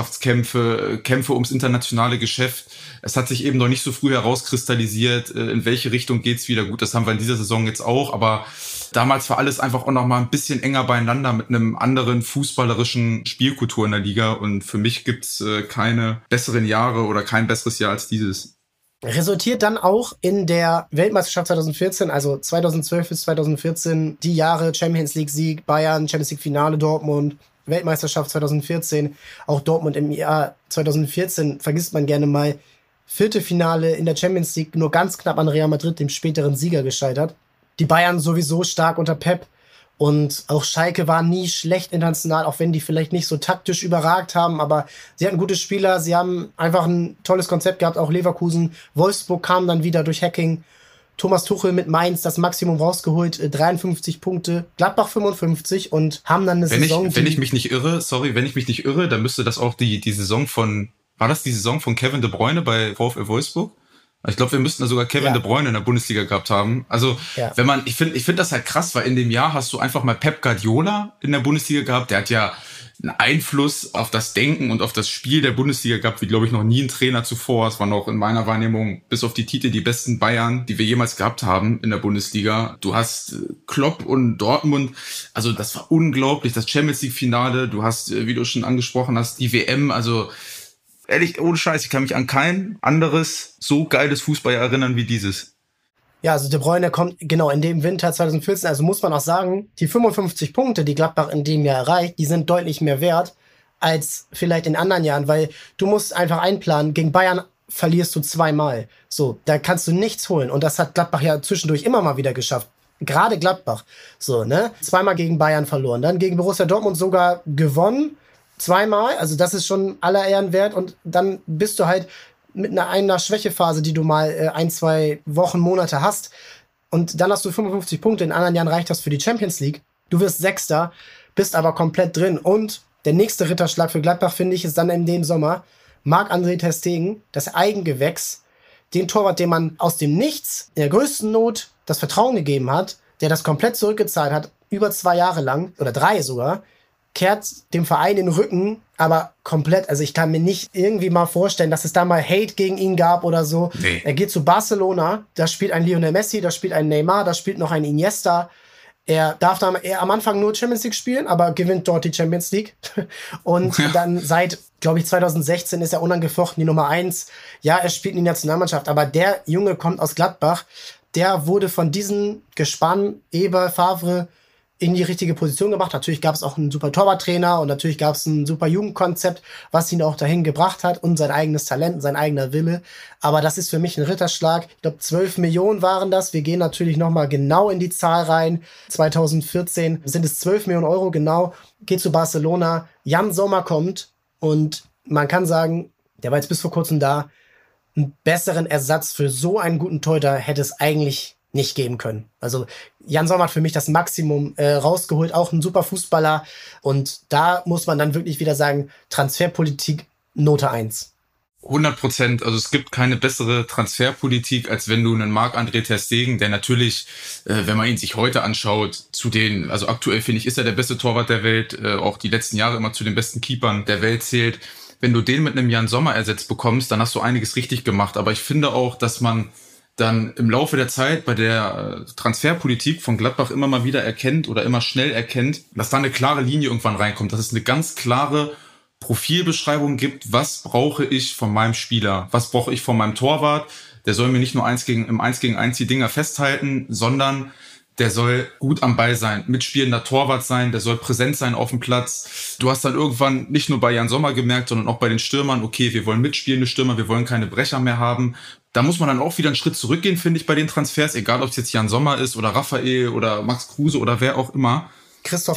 Kämpfe ums internationale Geschäft. Es hat sich eben noch nicht so früh herauskristallisiert, in welche Richtung geht's wieder. Gut, das haben wir in dieser Saison jetzt auch, aber damals war alles einfach auch noch mal ein bisschen enger beieinander mit einem anderen fußballerischen Spielkultur in der Liga und für mich gibt's keine besseren Jahre oder kein besseres Jahr als dieses. Resultiert dann auch in der Weltmeisterschaft 2014, also 2012 bis 2014, die Jahre Champions League Sieg, Bayern, Champions League Finale, Dortmund, Weltmeisterschaft 2014, auch Dortmund im Jahr 2014, vergisst man gerne mal, Viertelfinale in der Champions League, nur ganz knapp an Real Madrid, dem späteren Sieger, gescheitert. Die Bayern sowieso stark unter Pep und auch Schalke war nie schlecht international, auch wenn die vielleicht nicht so taktisch überragt haben, aber sie hatten gute Spieler, sie haben einfach ein tolles Konzept gehabt, auch Leverkusen. Wolfsburg kam dann wieder durch Hacking. Thomas Tuchel mit Mainz das Maximum rausgeholt, 53 Punkte, Gladbach 55 und haben dann eine Saison... Wenn ich mich nicht irre, dann müsste das auch die Saison war das die Saison von Kevin De Bruyne bei VfL Wolfsburg? Ich glaube, wir müssten da sogar Kevin De Bruyne in der Bundesliga gehabt haben. Also, ich finde das halt krass, weil in dem Jahr hast du einfach mal Pep Guardiola in der Bundesliga gehabt. Der hat ja einen Einfluss auf das Denken und auf das Spiel der Bundesliga gehabt, wie, glaube ich, noch nie ein Trainer zuvor. Es waren auch in meiner Wahrnehmung bis auf die Titel die besten Bayern, die wir jemals gehabt haben in der Bundesliga. Du hast Klopp und Dortmund. Also, das war unglaublich. Das Champions League Finale. Du hast, wie du schon angesprochen hast, die WM. Also, ehrlich, ohne Scheiß, ich kann mich an kein anderes so geiles Fußball erinnern wie dieses. Ja, also De Bruyne kommt genau in dem Winter 2014, also muss man auch sagen, die 55 Punkte, die Gladbach in dem Jahr erreicht, die sind deutlich mehr wert als vielleicht in anderen Jahren, weil du musst einfach einplanen, gegen Bayern verlierst du zweimal. So, da kannst du nichts holen und das hat Gladbach ja zwischendurch immer mal wieder geschafft. Gerade Gladbach. So, ne? Zweimal gegen Bayern verloren, dann gegen Borussia Dortmund sogar gewonnen. Zweimal, also das ist schon aller Ehren wert und dann bist du halt mit einer Schwächephase, die du mal 1-2 Wochen, Monate hast und dann hast du 55 Punkte, in anderen Jahren reicht das für die Champions League. Du wirst Sechster, bist aber komplett drin und der nächste Ritterschlag für Gladbach, finde ich, ist dann in dem Sommer Marc-André ter Stegen, das Eigengewächs, den Torwart, dem man aus dem Nichts, in der größten Not, das Vertrauen gegeben hat, der das komplett zurückgezahlt hat, über 2 Jahre lang, oder 3 sogar, kehrt dem Verein den Rücken, aber komplett, also ich kann mir nicht irgendwie mal vorstellen, dass es da mal Hate gegen ihn gab oder so. Nee. Er geht zu Barcelona, da spielt ein Lionel Messi, da spielt ein Neymar, da spielt noch ein Iniesta. Er darf da am Anfang nur Champions League spielen, aber gewinnt dort die Champions League. Und dann seit, glaube ich, 2016 ist er unangefochten die Nummer 1. Ja, er spielt in die Nationalmannschaft, aber der Junge kommt aus Gladbach, der wurde von diesem Gespann, Eber, Favre, in die richtige Position gemacht. Natürlich gab es auch einen super Torwarttrainer und natürlich gab es ein super Jugendkonzept, was ihn auch dahin gebracht hat und sein eigenes Talent, sein eigener Wille. Aber das ist für mich ein Ritterschlag. Ich glaube, 12 Millionen waren das. Wir gehen natürlich nochmal genau in die Zahl rein. 2014 sind es 12 Millionen Euro genau. Geht zu Barcelona. Jan Sommer kommt und man kann sagen, der war jetzt bis vor kurzem da. Einen besseren Ersatz für so einen guten Torhüter hätte es eigentlich nicht geben können. Also Jan Sommer hat für mich das Maximum rausgeholt, auch ein super Fußballer. Und da muss man dann wirklich wieder sagen, Transferpolitik Note 1. 100%. Also es gibt keine bessere Transferpolitik, als wenn du einen Marc-André ter Stegen, der natürlich, wenn man ihn sich heute anschaut, also aktuell finde ich, ist er der beste Torwart der Welt, auch die letzten Jahre immer zu den besten Keepern der Welt zählt. Wenn du den mit einem Jan Sommer ersetzt bekommst, dann hast du einiges richtig gemacht. Aber ich finde auch, dass man dann im Laufe der Zeit bei der Transferpolitik von Gladbach immer mal wieder erkennt oder immer schnell erkennt, dass da eine klare Linie irgendwann reinkommt, dass es eine ganz klare Profilbeschreibung gibt, was brauche ich von meinem Spieler, was brauche ich von meinem Torwart. Der soll mir nicht nur im 1 gegen 1 die Dinger festhalten, sondern der soll gut am Ball sein, mitspielender Torwart sein, der soll präsent sein auf dem Platz. Du hast dann irgendwann nicht nur bei Jan Sommer gemerkt, sondern auch bei den Stürmern, okay, wir wollen mitspielende Stürmer, wir wollen keine Brecher mehr haben. Da muss man dann auch wieder einen Schritt zurückgehen, finde ich, bei den Transfers, egal ob es jetzt Jan Sommer ist oder Raphael oder Max Kruse oder wer auch immer. Christoph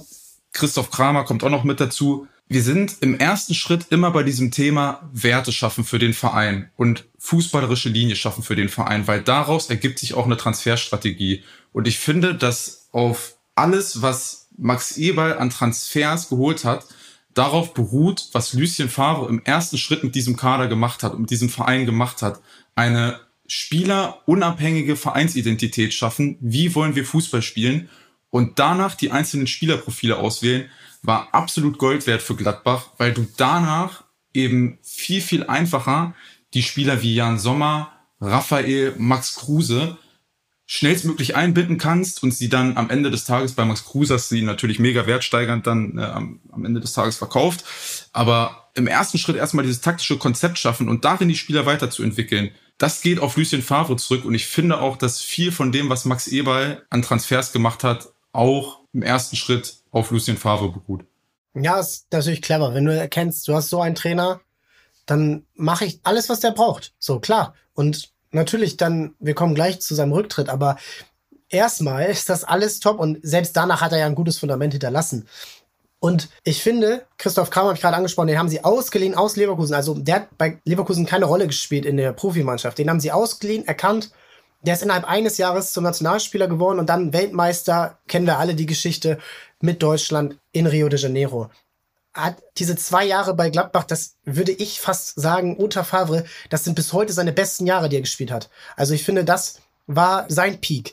Kramer kommt auch noch mit dazu. Wir sind im ersten Schritt immer bei diesem Thema Werte schaffen für den Verein und fußballerische Linie schaffen für den Verein, weil daraus ergibt sich auch eine Transferstrategie. Und ich finde, dass auf alles, was Max Eberl an Transfers geholt hat, darauf beruht, was Lucien Favre im ersten Schritt mit diesem Kader gemacht hat und mit diesem Verein gemacht hat. Eine spielerunabhängige Vereinsidentität schaffen. Wie wollen wir Fußball spielen? Und danach die einzelnen Spielerprofile auswählen, war absolut Gold wert für Gladbach, weil du danach eben viel, viel einfacher die Spieler wie Jan Sommer, Raphael, Max Kruse schnellstmöglich einbinden kannst und sie dann am Ende des Tages, bei Max Kruse hast du sie natürlich mega wertsteigernd dann am Ende des Tages verkauft, aber im ersten Schritt erstmal dieses taktische Konzept schaffen und darin die Spieler weiterzuentwickeln. Das geht auf Lucien Favre zurück und ich finde auch, dass viel von dem, was Max Eberl an Transfers gemacht hat, auch im ersten Schritt auf Lucien Favre beruht. Ja, ist natürlich clever. Wenn du erkennst, du hast so einen Trainer, dann mache ich alles, was der braucht. So, klar. Und natürlich dann, wir kommen gleich zu seinem Rücktritt, aber erstmal ist das alles top und selbst danach hat er ja ein gutes Fundament hinterlassen. Und ich finde, Christoph Kramer habe ich gerade angesprochen, den haben sie ausgeliehen aus Leverkusen. Also der hat bei Leverkusen keine Rolle gespielt in der Profimannschaft. Den haben sie ausgeliehen, erkannt. Der ist innerhalb eines Jahres zum Nationalspieler geworden und dann Weltmeister, kennen wir alle die Geschichte, mit Deutschland in Rio de Janeiro. Hat diese 2 Jahre bei Gladbach, das würde ich fast sagen, unter Favre, das sind bis heute seine besten Jahre, die er gespielt hat. Also ich finde, das war sein Peak.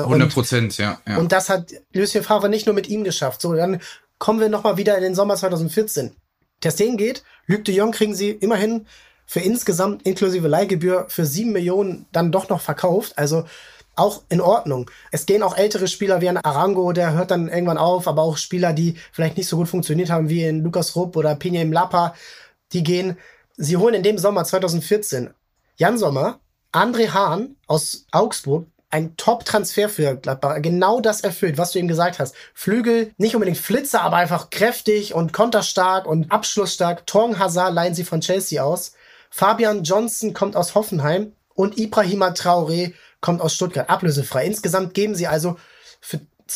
100%, ja. Und das hat Lucien Favre nicht nur mit ihm geschafft. So, dann kommen wir nochmal wieder in den Sommer 2014. Ter Stegen geht, Luc de Jong kriegen sie immerhin für insgesamt inklusive Leihgebühr für 7 Millionen dann doch noch verkauft. Also auch in Ordnung. Es gehen auch ältere Spieler wie ein Arango, der hört dann irgendwann auf, aber auch Spieler, die vielleicht nicht so gut funktioniert haben wie in Lukas Rupp oder Pinjem Lapa, die gehen. Sie holen in dem Sommer 2014 Jan Sommer, André Hahn aus Augsburg, ein Top-Transfer für Gladbach, genau das erfüllt, was du eben gesagt hast. Flügel, nicht unbedingt Flitzer, aber einfach kräftig und konterstark und abschlussstark. Torgen Hazard leihen sie von Chelsea aus. Fabian Johnson kommt aus Hoffenheim und Ibrahima Traoré kommt aus Stuttgart, ablösefrei. Insgesamt geben sie also für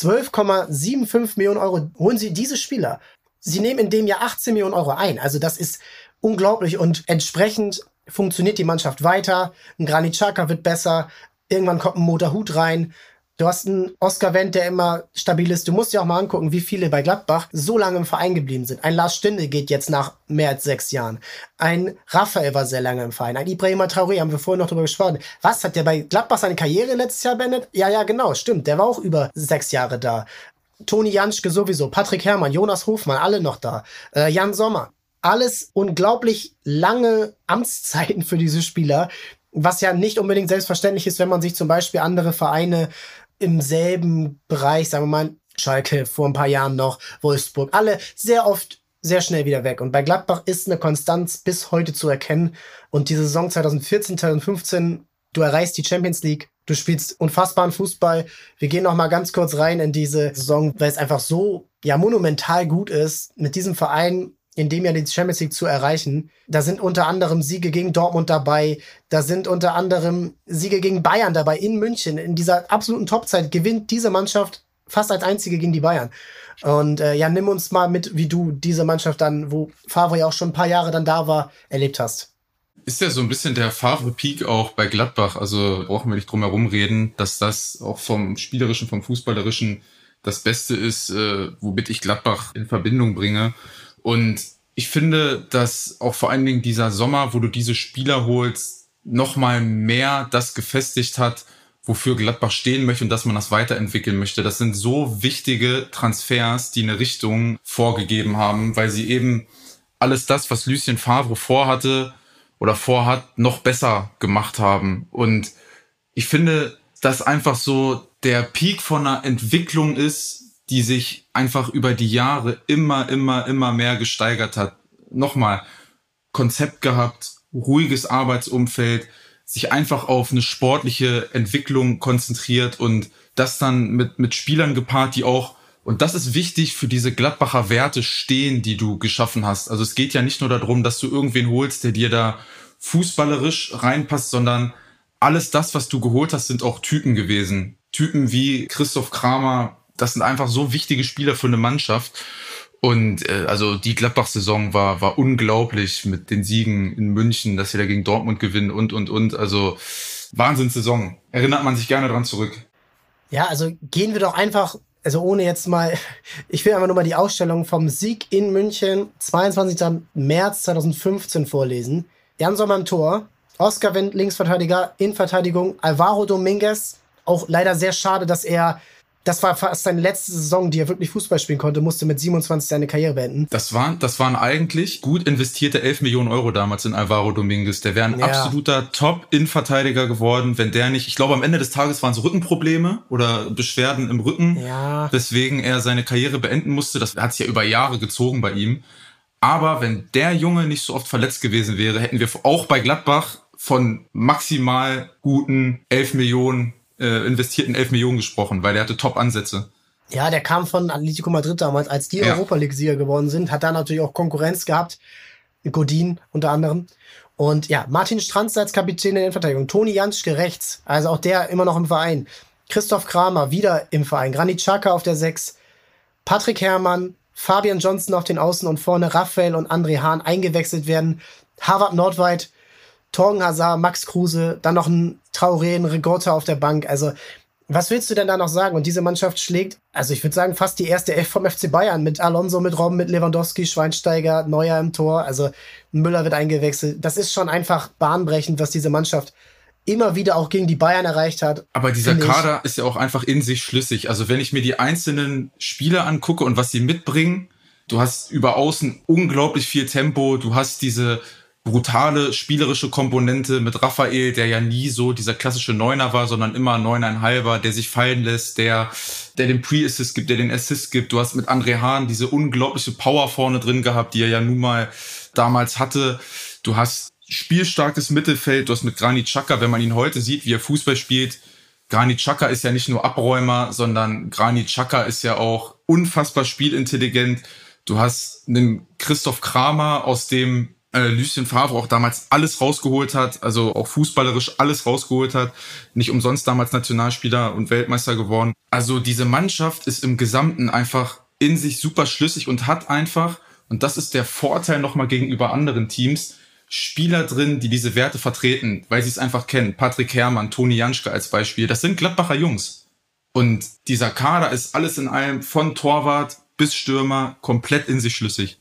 12,75 Millionen Euro, holen sie diese Spieler. Sie nehmen in dem Jahr 18 Millionen Euro ein. Also das ist unglaublich und entsprechend funktioniert die Mannschaft weiter. Ein Granit Xhaka wird besser. Irgendwann kommt ein Motorhut rein. Du hast einen Oscar Wendt, der immer stabil ist. Du musst dir auch mal angucken, wie viele bei Gladbach so lange im Verein geblieben sind. Ein Lars Stindl geht jetzt nach mehr als 6 Jahren. Ein Raphael war sehr lange im Verein. Ein Ibrahima Traoré, haben wir vorhin noch drüber gesprochen. Was, hat der bei Gladbach seine Karriere letztes Jahr beendet? Ja, genau, stimmt. Der war auch über 6 Jahre da. Toni Janschke sowieso, Patrick Herrmann, Jonas Hofmann, alle noch da. Jan Sommer. Alles unglaublich lange Amtszeiten für diese Spieler, was ja nicht unbedingt selbstverständlich ist, wenn man sich zum Beispiel andere Vereine im selben Bereich, sagen wir mal, Schalke vor ein paar Jahren noch, Wolfsburg, alle sehr oft sehr schnell wieder weg. Und bei Gladbach ist eine Konstanz bis heute zu erkennen. Und die Saison 2014, 2015, du erreichst die Champions League, du spielst unfassbaren Fußball. Wir gehen noch mal ganz kurz rein in diese Saison, weil es einfach so monumental gut ist, mit diesem Verein in dem Jahr die Champions League zu erreichen. Da sind unter anderem Siege gegen Dortmund dabei. Da sind unter anderem Siege gegen Bayern dabei in München. In dieser absoluten Topzeit gewinnt diese Mannschaft fast als einzige gegen die Bayern. Und nimm uns mal mit, wie du diese Mannschaft dann, wo Favre ja auch schon ein paar Jahre dann da war, erlebt hast. Ist ja so ein bisschen der Favre-Peak auch bei Gladbach. Also brauchen wir nicht drum herum reden, dass das auch vom Spielerischen, vom Fußballerischen das Beste ist, womit ich Gladbach in Verbindung bringe. Und ich finde, dass auch vor allen Dingen dieser Sommer, wo du diese Spieler holst, nochmal mehr das gefestigt hat, wofür Gladbach stehen möchte und dass man das weiterentwickeln möchte. Das sind so wichtige Transfers, die eine Richtung vorgegeben haben, weil sie eben alles das, was Lucien Favre vorhat, noch besser gemacht haben. Und ich finde, dass einfach so der Peak von einer Entwicklung ist, die sich einfach über die Jahre immer mehr gesteigert hat. nochmal Konzept gehabt, ruhiges Arbeitsumfeld, sich einfach auf eine sportliche Entwicklung konzentriert und das dann mit Spielern gepaart, die auch, und das ist wichtig, für diese Gladbacher Werte stehen, die du geschaffen hast. Also es geht ja nicht nur darum, dass du irgendwen holst, der dir da fußballerisch reinpasst, sondern alles das, was du geholt hast, sind auch Typen gewesen. Typen wie Christoph Kramer, das sind einfach so wichtige Spieler für eine Mannschaft. Und also die Gladbach-Saison war unglaublich mit den Siegen in München, dass sie da gegen Dortmund gewinnen und. Also Wahnsinnssaison. Erinnert man sich gerne dran zurück. Ja, also gehen wir doch einfach, also ohne jetzt mal, ich will einfach nur mal die Ausstellung vom Sieg in München, 22. März 2015 vorlesen. Jan Sommer im Tor, Oskar Wendt, Linksverteidiger, Innenverteidigung, Alvaro Dominguez. Auch leider sehr schade, dass das war fast seine letzte Saison, die er wirklich Fußball spielen konnte, musste mit 27 seine Karriere beenden. Das waren eigentlich gut investierte 11 Millionen Euro damals in Alvaro Dominguez. Der wäre ein absoluter Top-Innenverteidiger geworden, wenn der nicht, ich glaube am Ende des Tages waren es Rückenprobleme oder Beschwerden im Rücken, weswegen er seine Karriere beenden musste. Das hat sich ja über Jahre gezogen bei ihm. Aber wenn der Junge nicht so oft verletzt gewesen wäre, hätten wir auch bei Gladbach von maximal guten 11 Millionen investierten 11 Millionen gesprochen, weil der hatte Top-Ansätze. Ja, der kam von Atletico Madrid damals, als die Europa League-Sieger geworden sind, hat da natürlich auch Konkurrenz gehabt, Godin unter anderem. Und ja, Martin Stranz als Kapitän der Innenverteidigung, Toni Janschke rechts, also auch der immer noch im Verein, Christoph Kramer wieder im Verein, Granit Xhaka auf der 6, Patrick Herrmann, Fabian Johnson auf den Außen und vorne Raphael und André Hahn eingewechselt werden, Harvard Nordweit, Thorgan Hazard, Max Kruse, dann noch ein Traoré, ein Rigotta auf der Bank. Also, was willst du denn da noch sagen? Und diese Mannschaft schlägt, also ich würde sagen, fast die erste Elf vom FC Bayern mit Alonso, mit Robben, mit Lewandowski, Schweinsteiger, Neuer im Tor. Also Müller wird eingewechselt. Das ist schon einfach bahnbrechend, was diese Mannschaft immer wieder auch gegen die Bayern erreicht hat. Aber dieser Kader ist ja auch einfach in sich schlüssig. Also wenn ich mir die einzelnen Spieler angucke und was sie mitbringen, du hast über außen unglaublich viel Tempo, du hast diese brutale spielerische Komponente mit Raphael, der ja nie so dieser klassische Neuner war, sondern immer Neuneinhalber, der sich fallen lässt, der den Pre-Assist gibt, der den Assist gibt. Du hast mit André Hahn diese unglaubliche Power vorne drin gehabt, die er ja nun mal damals hatte. Du hast spielstarkes Mittelfeld, du hast mit Granit Xhaka, wenn man ihn heute sieht, wie er Fußball spielt, Granit Xhaka ist ja nicht nur Abräumer, sondern Granit Xhaka ist ja auch unfassbar spielintelligent. Du hast einen Christoph Kramer, aus dem Lucien Favre auch damals alles rausgeholt hat, also auch fußballerisch alles rausgeholt hat, nicht umsonst damals Nationalspieler und Weltmeister geworden. Also diese Mannschaft ist im Gesamten einfach in sich super schlüssig und hat einfach, und das ist der Vorteil nochmal gegenüber anderen Teams, Spieler drin, die diese Werte vertreten, weil sie es einfach kennen. Patrick Herrmann, Toni Janschke als Beispiel, das sind Gladbacher Jungs. Und dieser Kader ist alles in allem, von Torwart bis Stürmer, komplett in sich schlüssig.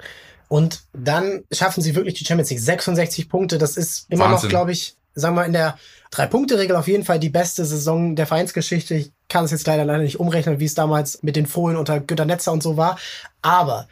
Und dann schaffen sie wirklich die Champions League. 66 Punkte, das ist immer Wahnsinn. Noch, glaube ich, sagen wir in der 3-Punkte-Regel auf jeden Fall die beste Saison der Vereinsgeschichte. Ich kann es jetzt leider nicht umrechnen, wie es damals mit den Fohlen unter Günter Netzer und so war. Aber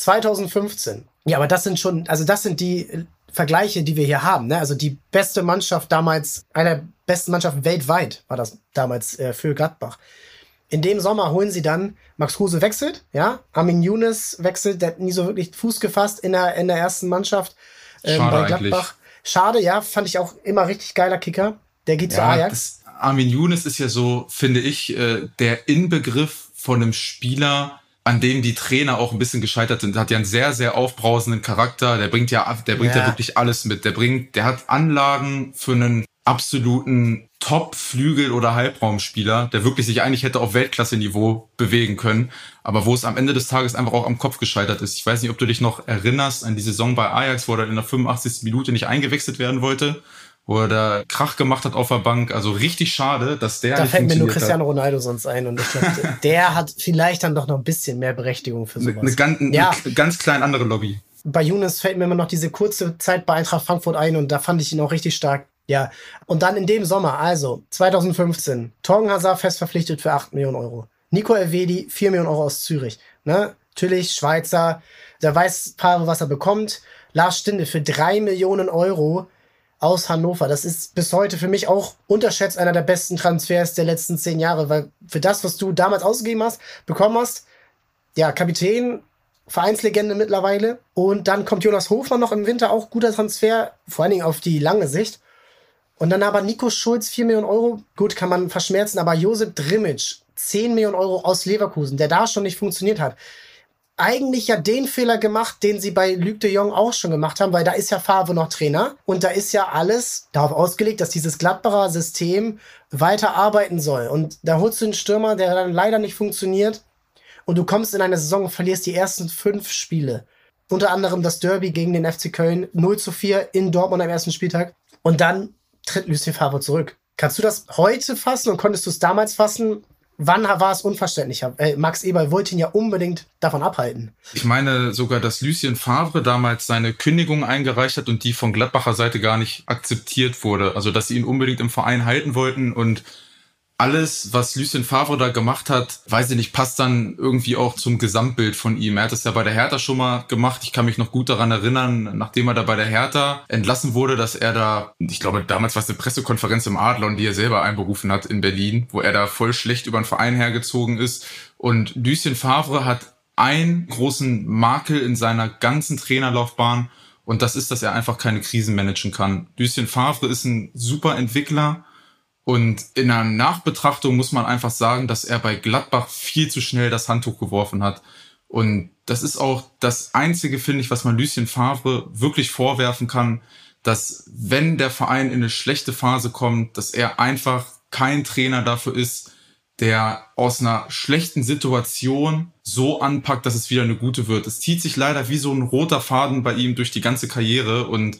2015, ja, aber das sind die Vergleiche, die wir hier haben. Ne? Also die beste Mannschaft damals, einer der besten Mannschaften weltweit war das damals für Gladbach. In dem Sommer holen sie dann, Max Kruse wechselt, ja, Armin Younes wechselt, der hat nie so wirklich Fuß gefasst in der ersten Mannschaft bei Gladbach. Eigentlich. Schade, ja, fand ich auch immer richtig geiler Kicker. Der geht zu Ajax. Armin Younes ist ja so, finde ich, der Inbegriff von einem Spieler, an dem die Trainer auch ein bisschen gescheitert sind. Der hat ja einen sehr, sehr aufbrausenden Charakter. Der bringt ja wirklich alles mit. Der hat Anlagen für einen absoluten Top-Flügel- oder Halbraumspieler, der wirklich sich eigentlich hätte auf Weltklasse-Niveau bewegen können, aber wo es am Ende des Tages einfach auch am Kopf gescheitert ist. Ich weiß nicht, ob du dich noch erinnerst an die Saison bei Ajax, wo er in der 85. Minute nicht eingewechselt werden wollte, wo er da Krach gemacht hat auf der Bank. Also richtig schade, dass der da fällt mir nur Cristiano Ronaldo sonst ein und ich glaube, der hat vielleicht dann doch noch ein bisschen mehr Berechtigung für sowas. Eine ganz klein andere Lobby. Bei Younes fällt mir immer noch diese kurze Zeit bei Eintracht Frankfurt ein und da fand ich ihn auch richtig stark. Ja, und dann in dem Sommer, also 2015, Thorgan Hazard fest verpflichtet für 8 Millionen Euro. Nico Elvedi, 4 Millionen Euro aus Zürich. Ne? Natürlich Schweizer, der weiß Paare, was er bekommt. Lars Stindl für 3 Millionen Euro aus Hannover. Das ist bis heute für mich auch unterschätzt einer der besten Transfers der letzten 10 Jahre, weil für das, was du damals ausgegeben hast, bekommen hast, ja, Kapitän, Vereinslegende mittlerweile. Und dann kommt Jonas Hofmann noch im Winter, auch guter Transfer, vor allen Dingen auf die lange Sicht. Und dann aber Nico Schulz, 4 Millionen Euro. Gut, kann man verschmerzen, aber Josip Drimic, 10 Millionen Euro aus Leverkusen, der da schon nicht funktioniert hat. Eigentlich ja den Fehler gemacht, den sie bei Luc de Jong auch schon gemacht haben, weil da ist ja Favre noch Trainer und da ist ja alles darauf ausgelegt, dass dieses Gladbacher System weiter arbeiten soll. Und da holst du einen Stürmer, der dann leider nicht funktioniert und du kommst in eine Saison und verlierst die ersten 5 Spiele. Unter anderem das Derby gegen den FC Köln, 0-4 in Dortmund am ersten Spieltag und dann tritt Lucien Favre zurück. Kannst du das heute fassen und konntest du es damals fassen? Wann war es unverständlicher? Max Eberl wollte ihn ja unbedingt davon abhalten. Ich meine sogar, dass Lucien Favre damals seine Kündigung eingereicht hat und die von Gladbacher Seite gar nicht akzeptiert wurde. Also, dass sie ihn unbedingt im Verein halten wollten und alles, was Lucien Favre da gemacht hat, weiß ich nicht, passt dann irgendwie auch zum Gesamtbild von ihm. Er hat es ja bei der Hertha schon mal gemacht. Ich kann mich noch gut daran erinnern, nachdem er da bei der Hertha entlassen wurde, dass er da, ich glaube, damals war es eine Pressekonferenz im Adlon, die er selber einberufen hat in Berlin, wo er da voll schlecht über den Verein hergezogen ist. Und Lucien Favre hat einen großen Makel in seiner ganzen Trainerlaufbahn und das ist, dass er einfach keine Krisen managen kann. Lucien Favre ist ein super Entwickler. Und in einer Nachbetrachtung muss man einfach sagen, dass er bei Gladbach viel zu schnell das Handtuch geworfen hat. Und das ist auch das Einzige, finde ich, was man Lucien Favre wirklich vorwerfen kann, dass wenn der Verein in eine schlechte Phase kommt, dass er einfach kein Trainer dafür ist, der aus einer schlechten Situation so anpackt, dass es wieder eine gute wird. Es zieht sich leider wie so ein roter Faden bei ihm durch die ganze Karriere und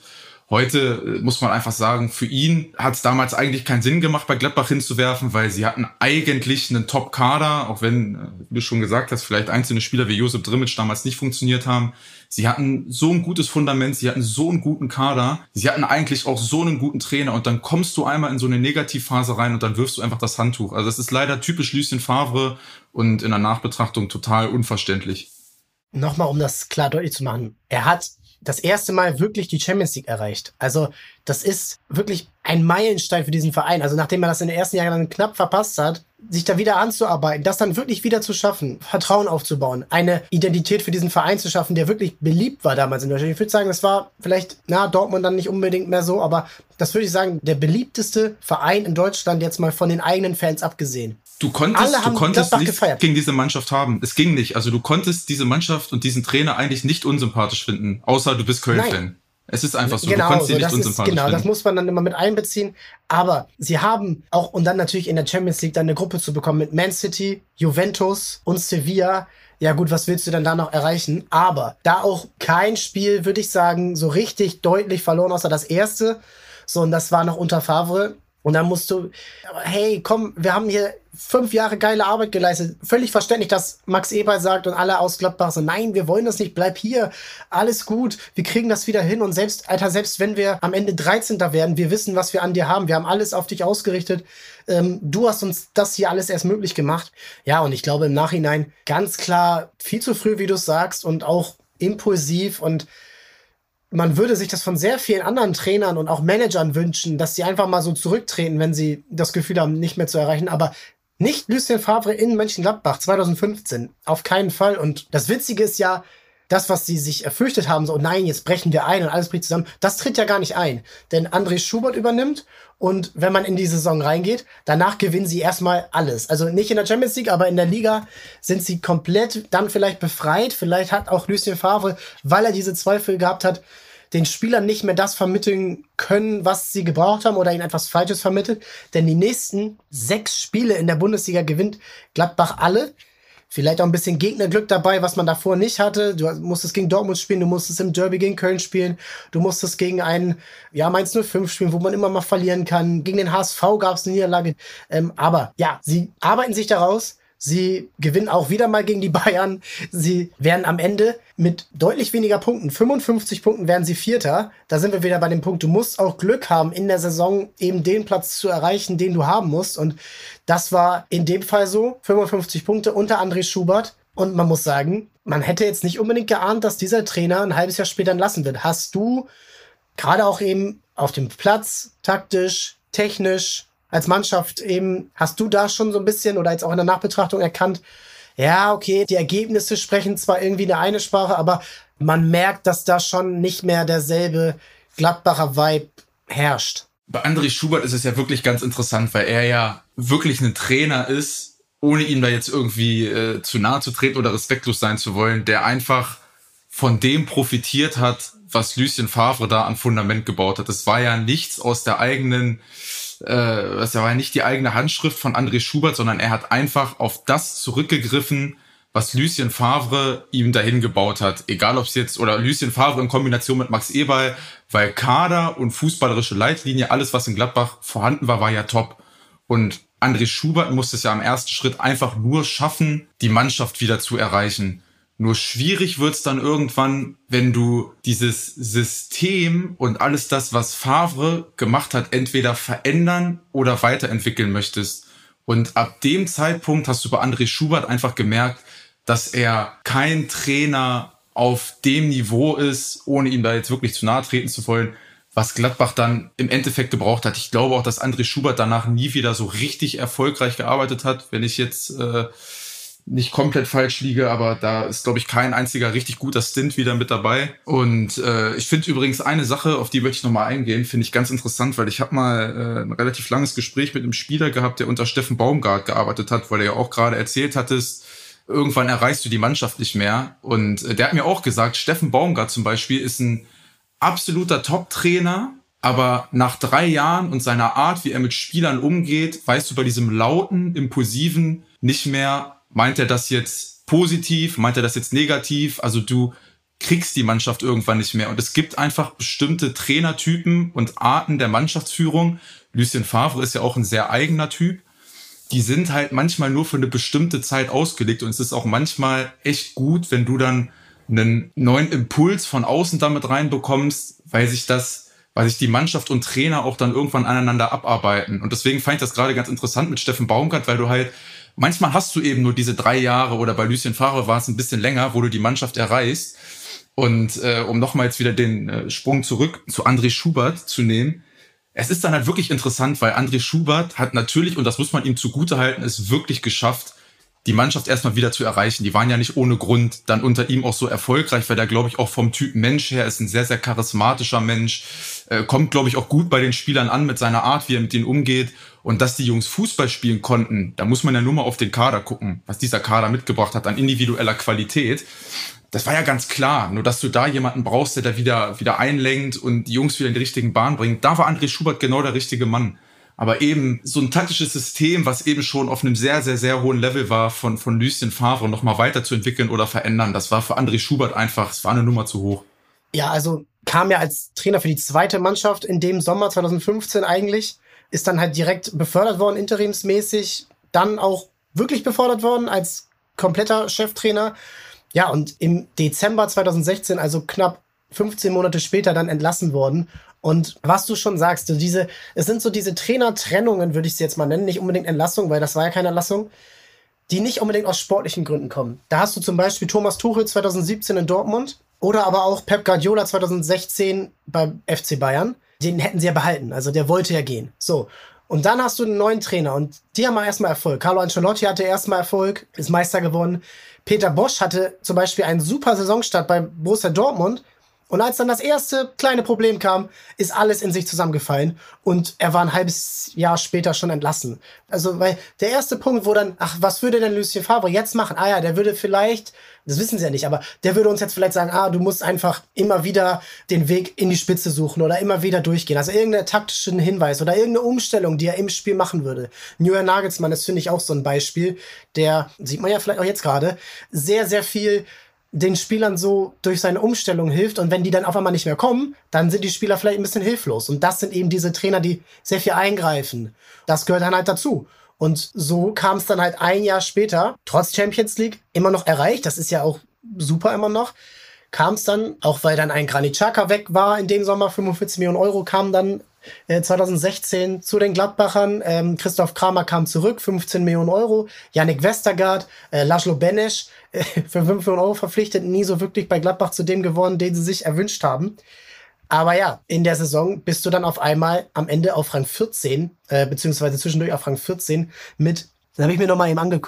heute muss man einfach sagen, für ihn hat es damals eigentlich keinen Sinn gemacht, bei Gladbach hinzuwerfen, weil sie hatten eigentlich einen Top-Kader, auch wenn, wie du schon gesagt hast, vielleicht einzelne Spieler wie Josip Drimic damals nicht funktioniert haben. Sie hatten so ein gutes Fundament, sie hatten so einen guten Kader, sie hatten eigentlich auch so einen guten Trainer und dann kommst du einmal in so eine Negativphase rein und dann wirfst du einfach das Handtuch. Also das ist leider typisch Lucien Favre und in der Nachbetrachtung total unverständlich. Nochmal, um das klar deutlich zu machen. Er hat das erste Mal wirklich die Champions League erreicht. Also das ist wirklich ein Meilenstein für diesen Verein. Also nachdem er das in den ersten Jahren dann knapp verpasst hat, sich da wieder anzuarbeiten, das dann wirklich wieder zu schaffen, Vertrauen aufzubauen, eine Identität für diesen Verein zu schaffen, der wirklich beliebt war damals in Deutschland. Ich würde sagen, das war vielleicht, Dortmund dann nicht unbedingt mehr so, aber das würde ich sagen, der beliebteste Verein in Deutschland, jetzt mal von den eigenen Fans abgesehen. Du konntest nichts gegen diese Mannschaft haben. Es ging nicht. Also du konntest diese Mannschaft und diesen Trainer eigentlich nicht unsympathisch finden, außer du bist Köln-Fan. Es ist einfach so, genau, du konntest ihn nicht unsympathisch finden. Das muss man dann immer mit einbeziehen. Aber sie haben auch, und dann natürlich in der Champions League dann eine Gruppe zu bekommen mit Man City, Juventus und Sevilla. Ja gut, was willst du denn da noch erreichen? Aber da auch kein Spiel, würde ich sagen, so richtig deutlich verloren, außer das erste. So, und das war noch unter Favre. Und dann musst du, hey, komm, wir haben hier 5 Jahre geile Arbeit geleistet. Völlig verständlich, dass Max Eberl sagt und alle aus Gladbach so, nein, wir wollen das nicht, bleib hier, alles gut, wir kriegen das wieder hin. Und selbst wenn wir am Ende 13. werden, wir wissen, was wir an dir haben, wir haben alles auf dich ausgerichtet. Du hast uns das hier alles erst möglich gemacht. Ja, und ich glaube im Nachhinein ganz klar viel zu früh, wie du es sagst, und auch impulsiv und man würde sich das von sehr vielen anderen Trainern und auch Managern wünschen, dass sie einfach mal so zurücktreten, wenn sie das Gefühl haben, nicht mehr zu erreichen. Aber nicht Lucien Favre in Mönchengladbach 2015. Auf keinen Fall. Und das Witzige ist ja, das, was sie sich erfürchtet haben, so nein, jetzt brechen wir ein und alles bricht zusammen, das tritt ja gar nicht ein. Denn André Schubert übernimmt und wenn man in die Saison reingeht, danach gewinnen sie erstmal alles. Also nicht in der Champions League, aber in der Liga sind sie komplett dann vielleicht befreit. Vielleicht hat auch Lucien Favre, weil er diese Zweifel gehabt hat, den Spielern nicht mehr das vermitteln können, was sie gebraucht haben oder ihnen etwas Falsches vermittelt. Denn die nächsten 6 Spiele in der Bundesliga gewinnt Gladbach alle. Vielleicht auch ein bisschen Gegnerglück dabei, was man davor nicht hatte. Du musstest gegen Dortmund spielen, du musstest im Derby gegen Köln spielen, du musstest gegen einen Mainz 05 spielen, wo man immer mal verlieren kann. Gegen den HSV gab es eine Niederlage. Aber ja, sie arbeiten sich daraus. Sie gewinnen auch wieder mal gegen die Bayern. Sie werden am Ende mit deutlich weniger Punkten, 55 Punkten, werden sie Vierter. Da sind wir wieder bei dem Punkt, du musst auch Glück haben, in der Saison eben den Platz zu erreichen, den du haben musst. Und das war in dem Fall so, 55 Punkte unter André Schubert. Und man muss sagen, man hätte jetzt nicht unbedingt geahnt, dass dieser Trainer ein halbes Jahr später entlassen wird. Hast du gerade auch eben auf dem Platz, taktisch, technisch, als Mannschaft eben, hast du da schon so ein bisschen oder jetzt auch in der Nachbetrachtung erkannt, ja, okay, die Ergebnisse sprechen zwar irgendwie eine Sprache, aber man merkt, dass da schon nicht mehr derselbe Gladbacher Vibe herrscht. Bei André Schubert ist es ja wirklich ganz interessant, weil er ja wirklich ein Trainer ist, ohne ihm da jetzt irgendwie zu nahe zu treten oder respektlos sein zu wollen, der einfach von dem profitiert hat, was Lucien Favre da an Fundament gebaut hat. Das war ja nichts aus der eigenen, das war ja nicht die eigene Handschrift von André Schubert, sondern er hat einfach auf das zurückgegriffen, was Lucien Favre ihm dahin gebaut hat. Egal ob es jetzt, oder Lucien Favre in Kombination mit Max Eberl, weil Kader und fußballerische Leitlinie, alles was in Gladbach vorhanden war, war ja top. Und André Schubert musste es ja am ersten Schritt einfach nur schaffen, die Mannschaft wieder zu erreichen. Nur schwierig wird's dann irgendwann, wenn du dieses System und alles das, was Favre gemacht hat, entweder verändern oder weiterentwickeln möchtest. Und ab dem Zeitpunkt hast du bei André Schubert einfach gemerkt, dass er kein Trainer auf dem Niveau ist, ohne ihm da jetzt wirklich zu nahe treten zu wollen, was Gladbach dann im Endeffekt gebraucht hat. Ich glaube auch, dass André Schubert danach nie wieder so richtig erfolgreich gearbeitet hat, wenn ich jetzt nicht komplett falsch liege, aber da ist, glaube ich, kein einziger richtig guter Stint wieder mit dabei. Und ich finde übrigens eine Sache, auf die möchte ich nochmal eingehen, finde ich ganz interessant, weil ich habe mal ein relativ langes Gespräch mit einem Spieler gehabt, der unter Steffen Baumgart gearbeitet hat, weil er ja auch gerade erzählt hattest, irgendwann erreichst du die Mannschaft nicht mehr. Und der hat mir auch gesagt, Steffen Baumgart zum Beispiel ist ein absoluter Top-Trainer, aber nach 3 Jahren und seiner Art, wie er mit Spielern umgeht, weißt du bei diesem lauten, impulsiven nicht mehr, meint er das jetzt positiv, meint er das jetzt negativ? Also du kriegst die Mannschaft irgendwann nicht mehr. Und es gibt einfach bestimmte Trainertypen und Arten der Mannschaftsführung. Lucien Favre ist ja auch ein sehr eigener Typ. Die sind halt manchmal nur für eine bestimmte Zeit ausgelegt. Und es ist auch manchmal echt gut, wenn du dann einen neuen Impuls von außen damit reinbekommst, weil sich die Mannschaft und Trainer auch dann irgendwann aneinander abarbeiten. Und deswegen fand ich das gerade ganz interessant mit Steffen Baumgart, weil du halt, manchmal hast du eben nur diese 3 Jahre oder bei Lucien Favre war es ein bisschen länger, wo du die Mannschaft erreichst. Und um nochmal jetzt wieder den Sprung zurück zu André Schubert zu nehmen, es ist dann halt wirklich interessant, weil André Schubert hat natürlich, und das muss man ihm zugutehalten, es wirklich geschafft, die Mannschaft erstmal wieder zu erreichen. Die waren ja nicht ohne Grund dann unter ihm auch so erfolgreich, weil der, glaube ich, auch vom Typ Mensch her ist ein sehr, sehr charismatischer Mensch, kommt, glaube ich, auch gut bei den Spielern an mit seiner Art, wie er mit denen umgeht. Und dass die Jungs Fußball spielen konnten, da muss man ja nur mal auf den Kader gucken, was dieser Kader mitgebracht hat an individueller Qualität. Das war ja ganz klar. Nur, dass du da jemanden brauchst, der da wieder einlenkt und die Jungs wieder in die richtigen Bahn bringt. Da war André Schubert genau der richtige Mann. Aber eben so ein taktisches System, was eben schon auf einem sehr, sehr, sehr hohen Level war, von Lucien Favre nochmal weiterzuentwickeln oder verändern, das war für André Schubert einfach, es war eine Nummer zu hoch. Ja, also kam ja als Trainer für die zweite Mannschaft in dem Sommer 2015 eigentlich, ist dann halt direkt befördert worden, interimsmäßig, dann auch wirklich befördert worden als kompletter Cheftrainer. Ja, und im Dezember 2016, also knapp 15 Monate später, dann entlassen worden. Und was du schon sagst, es sind so diese Trainertrennungen, würde ich sie jetzt mal nennen, nicht unbedingt Entlassung, weil das war ja keine Entlassung, die nicht unbedingt aus sportlichen Gründen kommen. Da hast du zum Beispiel Thomas Tuchel 2017 in Dortmund oder aber auch Pep Guardiola 2016 beim FC Bayern. Den hätten sie ja behalten, also der wollte ja gehen. So. Und dann hast du einen neuen Trainer und die haben erstmal Erfolg. Carlo Ancelotti hatte erstmal Erfolg, ist Meister geworden. Peter Bosz hatte zum Beispiel einen super Saisonstart bei Borussia Dortmund. Und als dann das erste kleine Problem kam, ist alles in sich zusammengefallen und er war ein halbes Jahr später schon entlassen. Also, weil der erste Punkt, wo dann, was würde denn Lucien Favre jetzt machen? Ja, der würde vielleicht, das wissen sie ja nicht, aber der würde uns jetzt vielleicht sagen, du musst einfach immer wieder den Weg in die Spitze suchen oder immer wieder durchgehen. Also irgendeinen taktischen Hinweis oder irgendeine Umstellung, die er im Spiel machen würde. Julian Nagelsmann ist, finde ich, auch so ein Beispiel, der, sieht man ja vielleicht auch jetzt gerade, sehr, sehr viel den Spielern so durch seine Umstellung hilft und wenn die dann auf einmal nicht mehr kommen, dann sind die Spieler vielleicht ein bisschen hilflos und das sind eben diese Trainer, die sehr viel eingreifen. Das gehört dann halt dazu. Und so kam es dann halt ein Jahr später, trotz Champions League, immer noch erreicht, das ist ja auch super immer noch, kam es dann, auch weil dann ein Granit Xhaka weg war in dem Sommer, 45 Millionen Euro kamen dann 2016 zu den Gladbachern. Christoph Kramer kam zurück, 15 Millionen Euro. Yannick Westergaard, Laszlo Benesch für 5 Millionen Euro verpflichtet, nie so wirklich bei Gladbach zu dem geworden, den sie sich erwünscht haben. Aber ja, in der Saison bist du dann auf einmal am Ende auf Rang 14, beziehungsweise zwischendurch auf Rang 14 mit, das habe ich mir nochmal eben angeguckt,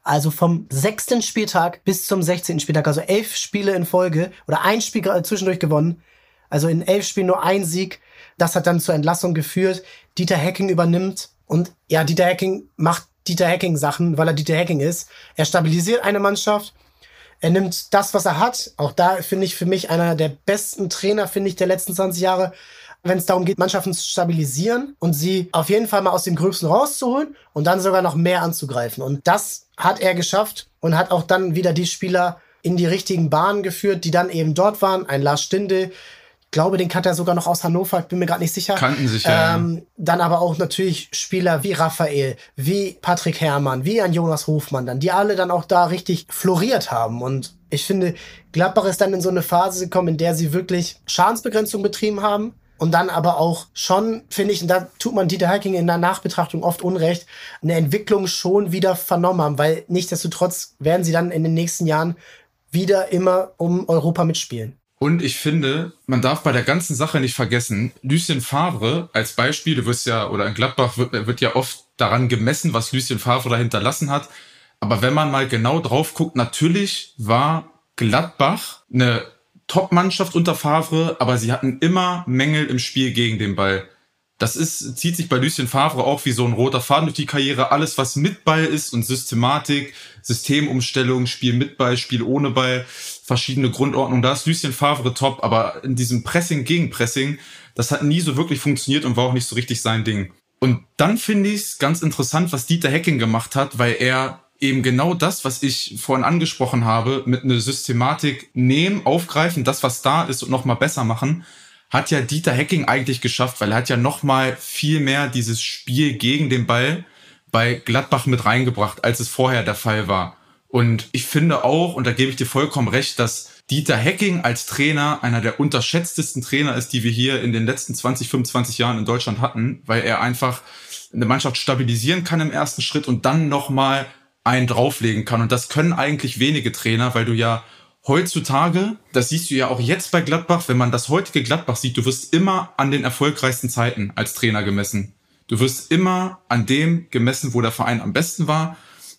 Also vom 6. Spieltag bis zum 16. Spieltag, also 11 Spiele in Folge oder ein Spiel zwischendurch gewonnen. Also in 11 Spielen nur ein Sieg. Das hat dann zur Entlassung geführt. Dieter Hecking übernimmt. Und ja, Dieter Hecking macht Dieter Hecking Sachen, weil er Dieter Hecking ist. Er stabilisiert eine Mannschaft. Er nimmt das, was er hat. Auch da finde ich für mich einer der besten Trainer, finde ich, der letzten 20 Jahre, wenn es darum geht, Mannschaften zu stabilisieren und sie auf jeden Fall mal aus dem Gröbsten rauszuholen und dann sogar noch mehr anzugreifen. Und das hat er geschafft und hat auch dann wieder die Spieler in die richtigen Bahnen geführt, die dann eben dort waren. Ein Lars Stindl, ich glaube, den kannte er sogar noch aus Hannover, bin mir gerade nicht sicher. Kannten sich ja. Dann aber auch natürlich Spieler wie Raphael, wie Patrick Herrmann, wie ein Jonas Hofmann, dann, die alle dann auch da richtig floriert haben. Und ich finde, Gladbach ist dann in so eine Phase gekommen, in der sie wirklich Schadensbegrenzung betrieben haben. Und dann aber auch schon, finde ich, und da tut man Dieter Hecking in der Nachbetrachtung oft Unrecht, eine Entwicklung schon wieder vernommen haben, weil nichtsdestotrotz werden sie dann in den nächsten Jahren wieder immer um Europa mitspielen. Und ich finde, man darf bei der ganzen Sache nicht vergessen, Lucien Favre als Beispiel, du wirst ja, oder in Gladbach wird ja oft daran gemessen, was Lucien Favre da hinterlassen hat. Aber wenn man mal genau drauf guckt, natürlich war Gladbach eine Top-Mannschaft unter Favre, aber sie hatten immer Mängel im Spiel gegen den Ball. Das zieht sich bei Lucien Favre auch wie so ein roter Faden durch die Karriere. Alles, was mit Ball ist und Systematik, Systemumstellung, Spiel mit Ball, Spiel ohne Ball, verschiedene Grundordnungen, da ist Lucien Favre top, aber in diesem Pressing gegen Pressing, das hat nie so wirklich funktioniert und war auch nicht so richtig sein Ding. Und dann finde ich es ganz interessant, was Dieter Hecking gemacht hat, weil er eben genau das, was ich vorhin angesprochen habe, mit einer Systematik nehmen, aufgreifen, das, was da ist und nochmal besser machen, hat ja Dieter Hecking eigentlich geschafft, weil er hat ja nochmal viel mehr dieses Spiel gegen den Ball bei Gladbach mit reingebracht, als es vorher der Fall war. Und ich finde auch, und da gebe ich dir vollkommen recht, dass Dieter Hecking als Trainer einer der unterschätztesten Trainer ist, die wir hier in den letzten 20, 25 Jahren in Deutschland hatten, weil er einfach eine Mannschaft stabilisieren kann im ersten Schritt und dann nochmal einen drauflegen kann. Und das können eigentlich wenige Trainer, weil du ja heutzutage, das siehst du ja auch jetzt bei Gladbach, wenn man das heutige Gladbach sieht, du wirst immer an den erfolgreichsten Zeiten als Trainer gemessen. Du wirst immer an dem gemessen, wo der Verein am besten war.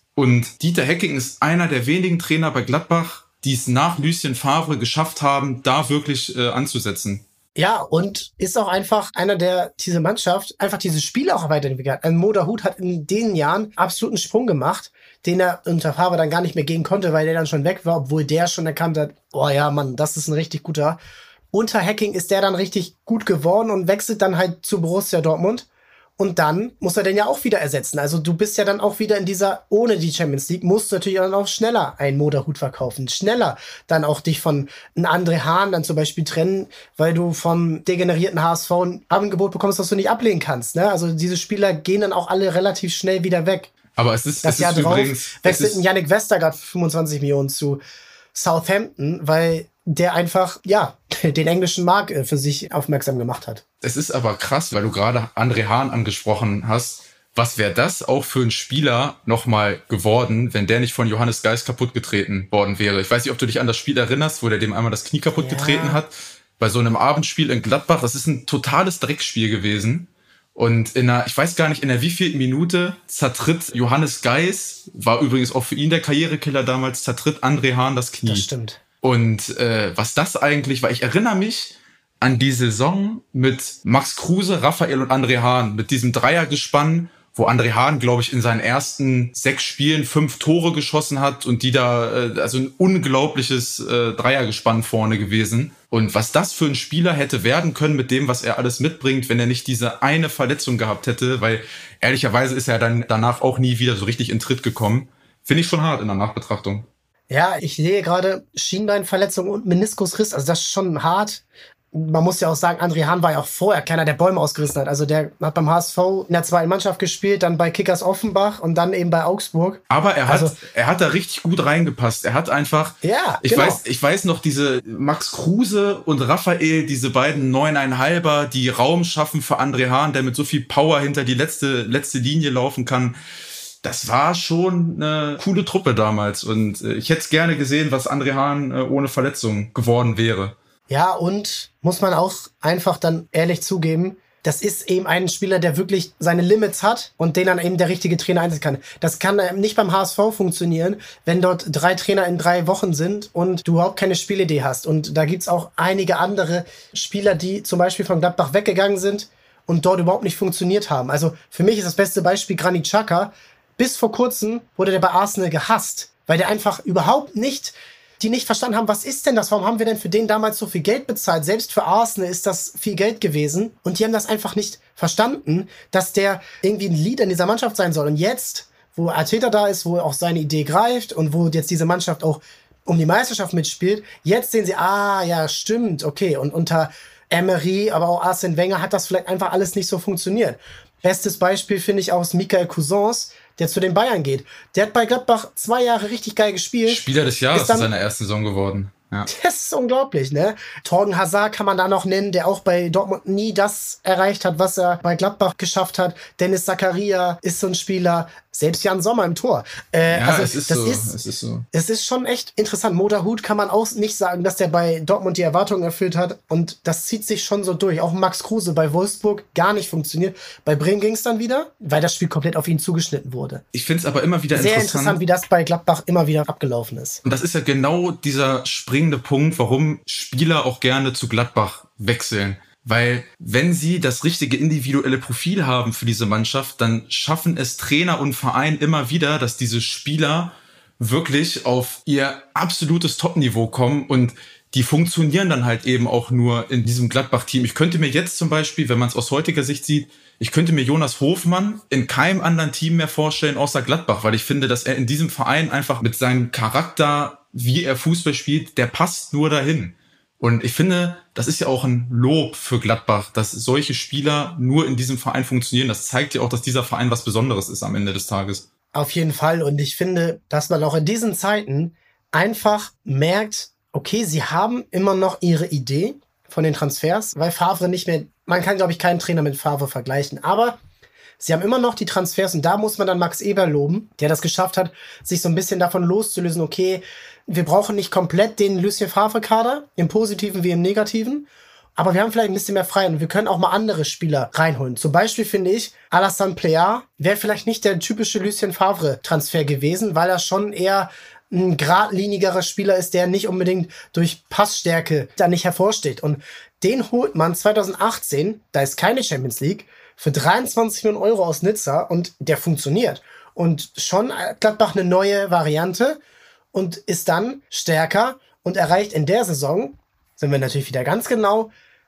Und Dieter Hecking ist einer der wenigen Trainer bei Gladbach, die es nach Lucien Favre geschafft haben, da wirklich anzusetzen. Ja, und ist auch einfach einer, der diese Mannschaft, einfach diese Spiele auch weiterentwickelt hat. Mo Dahoud hat in den Jahren absoluten Sprung gemacht, den er unter Favre dann gar nicht mehr gehen konnte, weil der dann schon weg war, obwohl der schon erkannt hat, oh ja, Mann, das ist ein richtig guter. Unter Hecking ist der dann richtig gut geworden und wechselt dann halt zu Borussia Dortmund. Und dann muss er den ja auch wieder ersetzen. Also du bist ja dann auch wieder in dieser, ohne die Champions League, musst du natürlich dann auch schneller einen Mo Dahoud verkaufen. Schneller dann auch dich von einem André Hahn dann zum Beispiel trennen, weil du vom degenerierten HSV ein Angebot bekommst, das du nicht ablehnen kannst. Ne? Also diese Spieler gehen dann auch alle relativ schnell wieder weg. Aber es ist, das Jahr drauf wechselt ein Yannick Westergaard für 25 Millionen zu Southampton, weil der einfach, ja, den englischen Markt für sich aufmerksam gemacht hat. Es ist aber krass, weil du gerade André Hahn angesprochen hast. Was wäre das auch für ein Spieler nochmal geworden, wenn der nicht von Johannes Geis kaputt getreten worden wäre? Ich weiß nicht, ob du dich an das Spiel erinnerst, wo der dem einmal das Knie kaputt getreten hat. Bei so einem Abendspiel in Gladbach. Das ist ein totales Dreckspiel gewesen. Und in der wievielten Minute zertritt Johannes Geis, war übrigens auch für ihn der Karrierekiller damals, zertritt André Hahn das Knie. Das stimmt. Und was das eigentlich war, ich erinnere mich an die Saison mit Max Kruse, Raphael und André Hahn, mit diesem Dreiergespann, wo André Hahn, glaube ich, in seinen ersten 6 Spielen 5 Tore geschossen hat und die da, also ein unglaubliches Dreiergespann vorne gewesen. Und was das für ein Spieler hätte werden können mit dem, was er alles mitbringt, wenn er nicht diese eine Verletzung gehabt hätte, weil ehrlicherweise ist er dann danach auch nie wieder so richtig in Tritt gekommen. Finde ich schon hart in der Nachbetrachtung. Ja, ich sehe gerade Schienbeinverletzung und Meniskusriss, also das ist schon hart. Man muss ja auch sagen, André Hahn war ja auch vorher keiner, der Bäume ausgerissen hat. Also der hat beim HSV in der zweiten Mannschaft gespielt, dann bei Kickers Offenbach und dann eben bei Augsburg. Aber er hat da richtig gut reingepasst. Er hat einfach, ja, ich weiß noch, diese Max Kruse und Raphael, diese beiden 9,5er, die Raum schaffen für André Hahn, der mit so viel Power hinter die letzte Linie laufen kann. Das war schon eine coole Truppe damals. Und ich hätte es gerne gesehen, was André Hahn ohne Verletzung geworden wäre. Ja, und muss man auch einfach dann ehrlich zugeben, das ist eben ein Spieler, der wirklich seine Limits hat und den dann eben der richtige Trainer einsetzen kann. Das kann nicht beim HSV funktionieren, wenn dort 3 Trainer in 3 Wochen sind und du überhaupt keine Spielidee hast. Und da gibt's auch einige andere Spieler, die zum Beispiel von Gladbach weggegangen sind und dort überhaupt nicht funktioniert haben. Also für mich ist das beste Beispiel Granit Xhaka. Bis vor kurzem wurde der bei Arsenal gehasst, weil der einfach überhaupt nicht verstanden haben, was ist denn das? Warum haben wir denn für den damals so viel Geld bezahlt? Selbst für Arsenal ist das viel Geld gewesen. Und die haben das einfach nicht verstanden, dass der irgendwie ein Leader in dieser Mannschaft sein soll. Und jetzt, wo Arteta da ist, wo auch seine Idee greift und wo jetzt diese Mannschaft auch um die Meisterschaft mitspielt, jetzt sehen sie, ja, stimmt, okay. Und unter Emery, aber auch Arsene Wenger hat das vielleicht einfach alles nicht so funktioniert. Bestes Beispiel finde ich aus Michael Cousins, der zu den Bayern geht. Der hat bei Gladbach 2 Jahre richtig geil gespielt. Spieler des Jahres in seiner ersten Saison geworden. Ja. Das ist unglaublich, ne? Torgen Hazard kann man da noch nennen, der auch bei Dortmund nie das erreicht hat, was er bei Gladbach geschafft hat. Dennis Zakaria ist so ein Spieler, selbst Jan Sommer im Tor. Es ist so. Es ist schon echt interessant. Mo Dahoud kann man auch nicht sagen, dass der bei Dortmund die Erwartungen erfüllt hat. Und das zieht sich schon so durch. Auch Max Kruse bei Wolfsburg gar nicht funktioniert. Bei Bremen ging es dann wieder, weil das Spiel komplett auf ihn zugeschnitten wurde. Ich finde es aber immer wieder sehr interessant, wie das bei Gladbach immer wieder abgelaufen ist. Und das ist ja genau dieser springende Punkt, warum Spieler auch gerne zu Gladbach wechseln. Weil wenn sie das richtige individuelle Profil haben für diese Mannschaft, dann schaffen es Trainer und Verein immer wieder, dass diese Spieler wirklich auf ihr absolutes Top-Niveau kommen und die funktionieren dann halt eben auch nur in diesem Gladbach-Team. Ich könnte mir jetzt zum Beispiel, wenn man es aus heutiger Sicht sieht, ich könnte mir Jonas Hofmann in keinem anderen Team mehr vorstellen, außer Gladbach, weil ich finde, dass er in diesem Verein einfach mit seinem Charakter, wie er Fußball spielt, der passt nur dahin. Und ich finde, das ist ja auch ein Lob für Gladbach, dass solche Spieler nur in diesem Verein funktionieren. Das zeigt ja auch, dass dieser Verein was Besonderes ist am Ende des Tages. Auf jeden Fall. Und ich finde, dass man auch in diesen Zeiten einfach merkt, okay, sie haben immer noch ihre Idee von den Transfers, weil Favre nicht mehr, man kann, glaube ich, keinen Trainer mit Favre vergleichen, aber sie haben immer noch die Transfers und da muss man dann Max Eber loben, der das geschafft hat, sich so ein bisschen davon loszulösen, okay, wir brauchen nicht komplett den Lucien Favre-Kader, im Positiven wie im Negativen, aber wir haben vielleicht ein bisschen mehr Freiheit und wir können auch mal andere Spieler reinholen. Zum Beispiel finde ich, Alassane Plea wäre vielleicht nicht der typische Lucien Favre-Transfer gewesen, weil er schon eher ein geradlinigerer Spieler ist, der nicht unbedingt durch Passstärke da nicht hervorsteht. Und den holt man 2018, da ist keine Champions League, für 23 Millionen Euro aus Nizza und der funktioniert. Und schon Gladbach eine neue Variante und ist dann stärker und erreicht in der Saison, sind wir natürlich wieder ganz genau,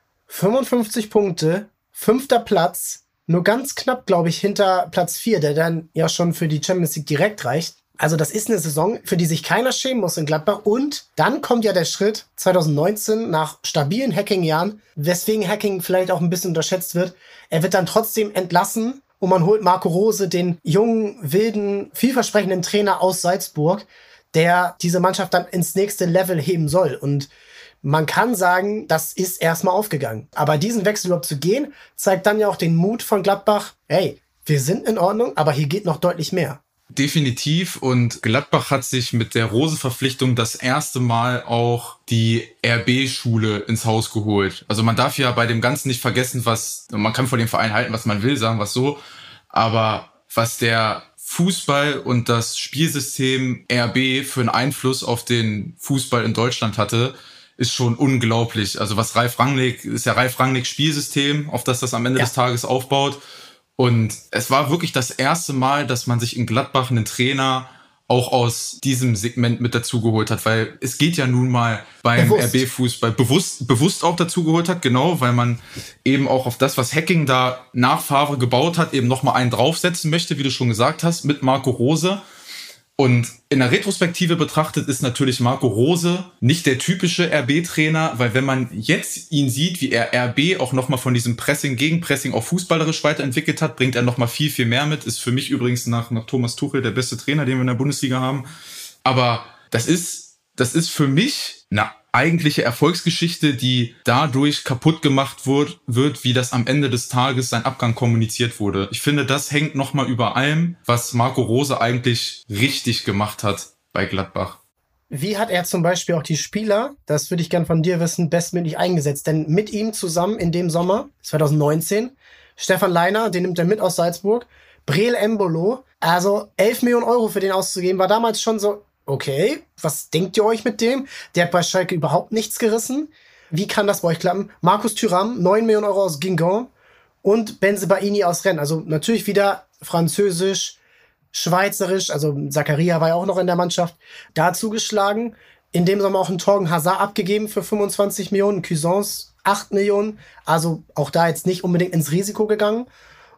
55 Punkte, 5. Platz, nur ganz knapp, glaube ich, hinter Platz 4, der dann ja schon für die Champions League direkt reicht. Also das ist eine Saison, für die sich keiner schämen muss in Gladbach. Und dann kommt ja der Schritt 2019 nach stabilen Hacking-Jahren, weswegen Hacking vielleicht auch ein bisschen unterschätzt wird. Er wird dann trotzdem entlassen und man holt Marco Rose, den jungen, wilden, vielversprechenden Trainer aus Salzburg, der diese Mannschaft dann ins nächste Level heben soll. Und man kann sagen, das ist erstmal aufgegangen. Aber diesen Wechsel überhaupt zu gehen, zeigt dann ja auch den Mut von Gladbach. Hey, wir sind in Ordnung, aber hier geht noch deutlich mehr. Definitiv, und Gladbach hat sich mit der Rose-Verpflichtung das erste Mal auch die RB-Schule ins Haus geholt. Also man darf ja bei dem Ganzen nicht vergessen, man kann von dem Verein halten, was man will, sagen wir es so, aber was der Fußball und das Spielsystem RB für einen Einfluss auf den Fußball in Deutschland hatte, ist schon unglaublich. Also was Ralf Rangnick Spielsystem, auf das am Ende des Tages aufbaut. Und es war wirklich das erste Mal, dass man sich in Gladbach einen Trainer auch aus diesem Segment mit dazugeholt hat, weil es geht ja nun mal beim RB-Fußball bewusst auch dazugeholt hat, genau, weil man eben auch auf das, was Hacking da nach Favre gebaut hat, eben nochmal einen draufsetzen möchte, wie du schon gesagt hast, mit Marco Rose. Und in der Retrospektive betrachtet ist natürlich Marco Rose nicht der typische RB-Trainer, weil wenn man jetzt ihn sieht, wie er RB auch nochmal von diesem Gegenpressing auch fußballerisch weiterentwickelt hat, bringt er nochmal viel, viel mehr mit. Ist für mich übrigens nach Thomas Tuchel der beste Trainer, den wir in der Bundesliga haben. Aber das ist für mich eine eigentliche Erfolgsgeschichte, die dadurch kaputt gemacht wird, wie das am Ende des Tages sein Abgang kommuniziert wurde. Ich finde, das hängt nochmal über allem, was Marco Rose eigentlich richtig gemacht hat bei Gladbach. wie hat er zum Beispiel auch die Spieler, das würde ich gern von dir wissen, bestmöglich eingesetzt? Denn mit ihm zusammen in dem Sommer, 2019, Stefan Leiner, den nimmt er mit aus Salzburg, Breel Embolo, also 11 Millionen Euro für den auszugeben, war damals schon so, okay, was denkt ihr euch mit dem? Der hat bei Schalke überhaupt nichts gerissen. Wie kann das bei euch klappen? Markus Thuram, 9 Millionen Euro aus Guingamp und Bensebaini aus Rennes. Also natürlich wieder französisch, schweizerisch, also Zakaria war ja auch noch in der Mannschaft, da zugeschlagen. In dem Sommer auch einen Torgen Hazard abgegeben für 25 Millionen, Cuisance 8 Millionen, also auch da jetzt nicht unbedingt ins Risiko gegangen.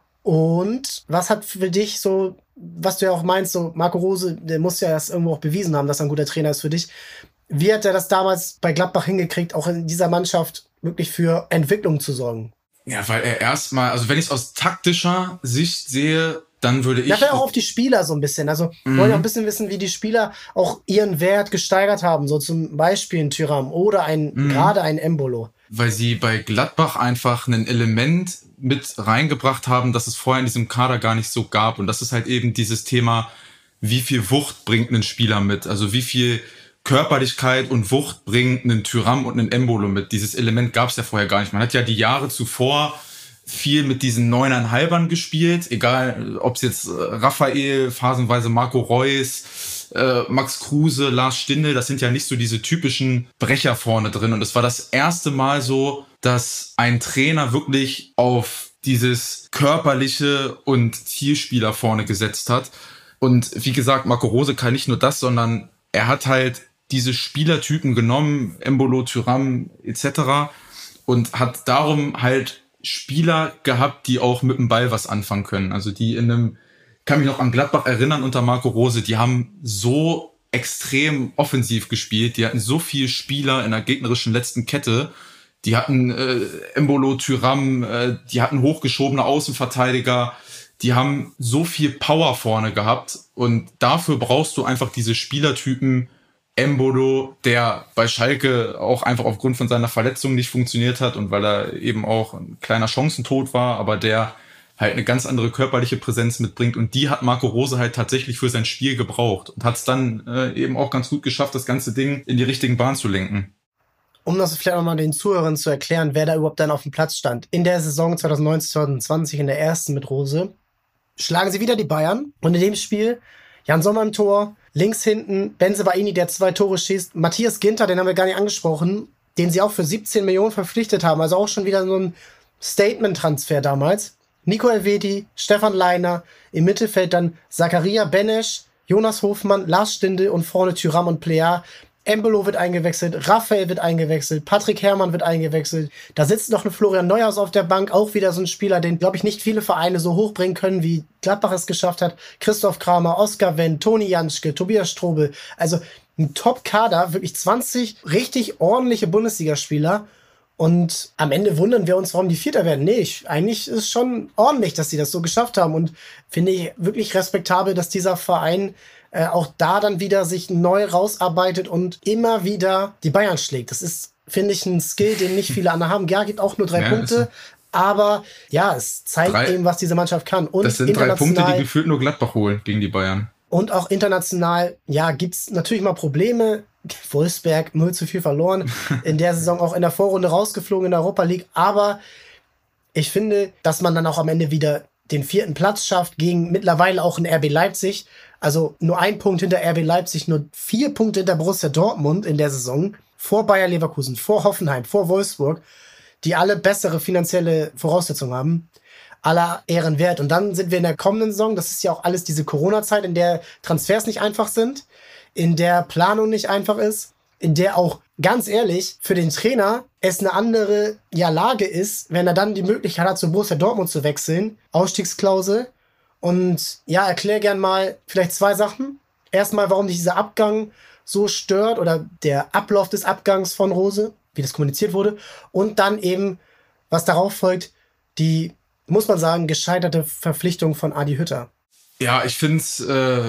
Und was hat für dich so, was du ja auch meinst, so Marco Rose, der muss ja das irgendwo auch bewiesen haben, dass er ein guter Trainer ist für dich. Wie hat er das damals bei Gladbach hingekriegt, auch in dieser Mannschaft wirklich für Entwicklung zu sorgen? Ja, weil er erstmal, also wenn ich es aus taktischer Sicht sehe, dann würde ich... Ja, auch auf die Spieler so ein bisschen. Also wollen ja auch ein bisschen wissen, wie die Spieler auch ihren Wert gesteigert haben. So zum Beispiel ein Thuram oder gerade ein Embolo. Weil sie bei Gladbach einfach ein Element mit reingebracht haben, das es vorher in diesem Kader gar nicht so gab. Und das ist halt eben dieses Thema, wie viel Wucht bringt ein Spieler mit? Also wie viel Körperlichkeit und Wucht bringt ein Thuram und ein Embolo mit? Dieses Element gab es ja vorher gar nicht. Man hat ja die Jahre zuvor viel mit diesen 9,5ern gespielt, egal ob es jetzt Raphael, phasenweise Marco Reus, Max Kruse, Lars Stindl, das sind ja nicht so diese typischen Brecher vorne drin. Und es war das erste Mal so, dass ein Trainer wirklich auf dieses körperliche und Zielspieler vorne gesetzt hat. Und wie gesagt, Marco Rose kann nicht nur das, sondern er hat halt diese Spielertypen genommen, Embolo, Thuram etc. und hat darum halt Spieler gehabt, die auch mit dem Ball was anfangen können. Also die kann mich noch an Gladbach erinnern unter Marco Rose, die haben so extrem offensiv gespielt, die hatten so viele Spieler in der gegnerischen letzten Kette, die hatten Embolo, Thuram, die hatten hochgeschobene Außenverteidiger, die haben so viel Power vorne gehabt und dafür brauchst du einfach diese Spielertypen. Embolo, der bei Schalke auch einfach aufgrund von seiner Verletzung nicht funktioniert hat und weil er eben auch ein kleiner Chancentod war, aber der halt eine ganz andere körperliche Präsenz mitbringt und die hat Marco Rose halt tatsächlich für sein Spiel gebraucht und hat es dann eben auch ganz gut geschafft, das ganze Ding in die richtigen Bahn zu lenken. Um das vielleicht nochmal den Zuhörern zu erklären, wer da überhaupt dann auf dem Platz stand. In der Saison 2019-2020, in der ersten mit Rose, schlagen sie wieder die Bayern und in dem Spiel Jan Sommer im Tor, links hinten Bensebaini, der 2 Tore schießt. Matthias Ginter, den haben wir gar nicht angesprochen, den sie auch für 17 Millionen verpflichtet haben. Also auch schon wieder so ein Statement-Transfer damals. Nico Elvedi, Stefan Leiner, im Mittelfeld dann Zakaria Benesch, Jonas Hofmann, Lars Stindl und vorne Thuram und Plea. Embolo wird eingewechselt, Raphael wird eingewechselt, Patrick Herrmann wird eingewechselt. Da sitzt noch ein Florian Neuhaus auf der Bank, auch wieder so ein Spieler, den, glaube ich, nicht viele Vereine so hochbringen können, wie Gladbach es geschafft hat. Christoph Kramer, Oskar Wendt, Toni Janschke, Tobias Strobel. Also ein Top-Kader, wirklich 20 richtig ordentliche Bundesligaspieler. Und am Ende wundern wir uns, warum die Vierter werden. Nee, eigentlich ist es schon ordentlich, dass sie das so geschafft haben. Und finde ich wirklich respektabel, dass dieser Verein auch da dann wieder sich neu rausarbeitet und immer wieder die Bayern schlägt. Das ist, finde ich, ein Skill, den nicht viele andere haben. Ja, gibt auch nur 3 Punkte. Aber ja, es zeigt eben, was diese Mannschaft kann. Und das sind 3 Punkte, die gefühlt nur Gladbach holen gegen die Bayern. Und auch international, ja, gibt's natürlich mal Probleme. Wolfsberg 0:4 verloren. In der Saison auch in der Vorrunde rausgeflogen in der Europa League. Aber ich finde, dass man dann auch am Ende wieder den 4. Platz schafft gegen mittlerweile auch ein RB Leipzig. Also nur 1 Punkt hinter RB Leipzig, nur 4 Punkte hinter Borussia Dortmund in der Saison. Vor Bayer Leverkusen, vor Hoffenheim, vor Wolfsburg, die alle bessere finanzielle Voraussetzungen haben. Aller Ehren wert. Und dann sind wir in der kommenden Saison, das ist ja auch alles diese Corona-Zeit, in der Transfers nicht einfach sind, in der Planung nicht einfach ist, in der auch, ganz ehrlich, für den Trainer es eine andere Lage ist, wenn er dann die Möglichkeit hat, zu Borussia Dortmund zu wechseln. Ausstiegsklausel. Und ja, erklär gern mal vielleicht 2 Sachen. Erstmal, warum dich dieser Abgang so stört oder der Ablauf des Abgangs von Rose, wie das kommuniziert wurde. Und dann eben, was darauf folgt, die, muss man sagen, gescheiterte Verpflichtung von Adi Hütter. Ja, ich finde es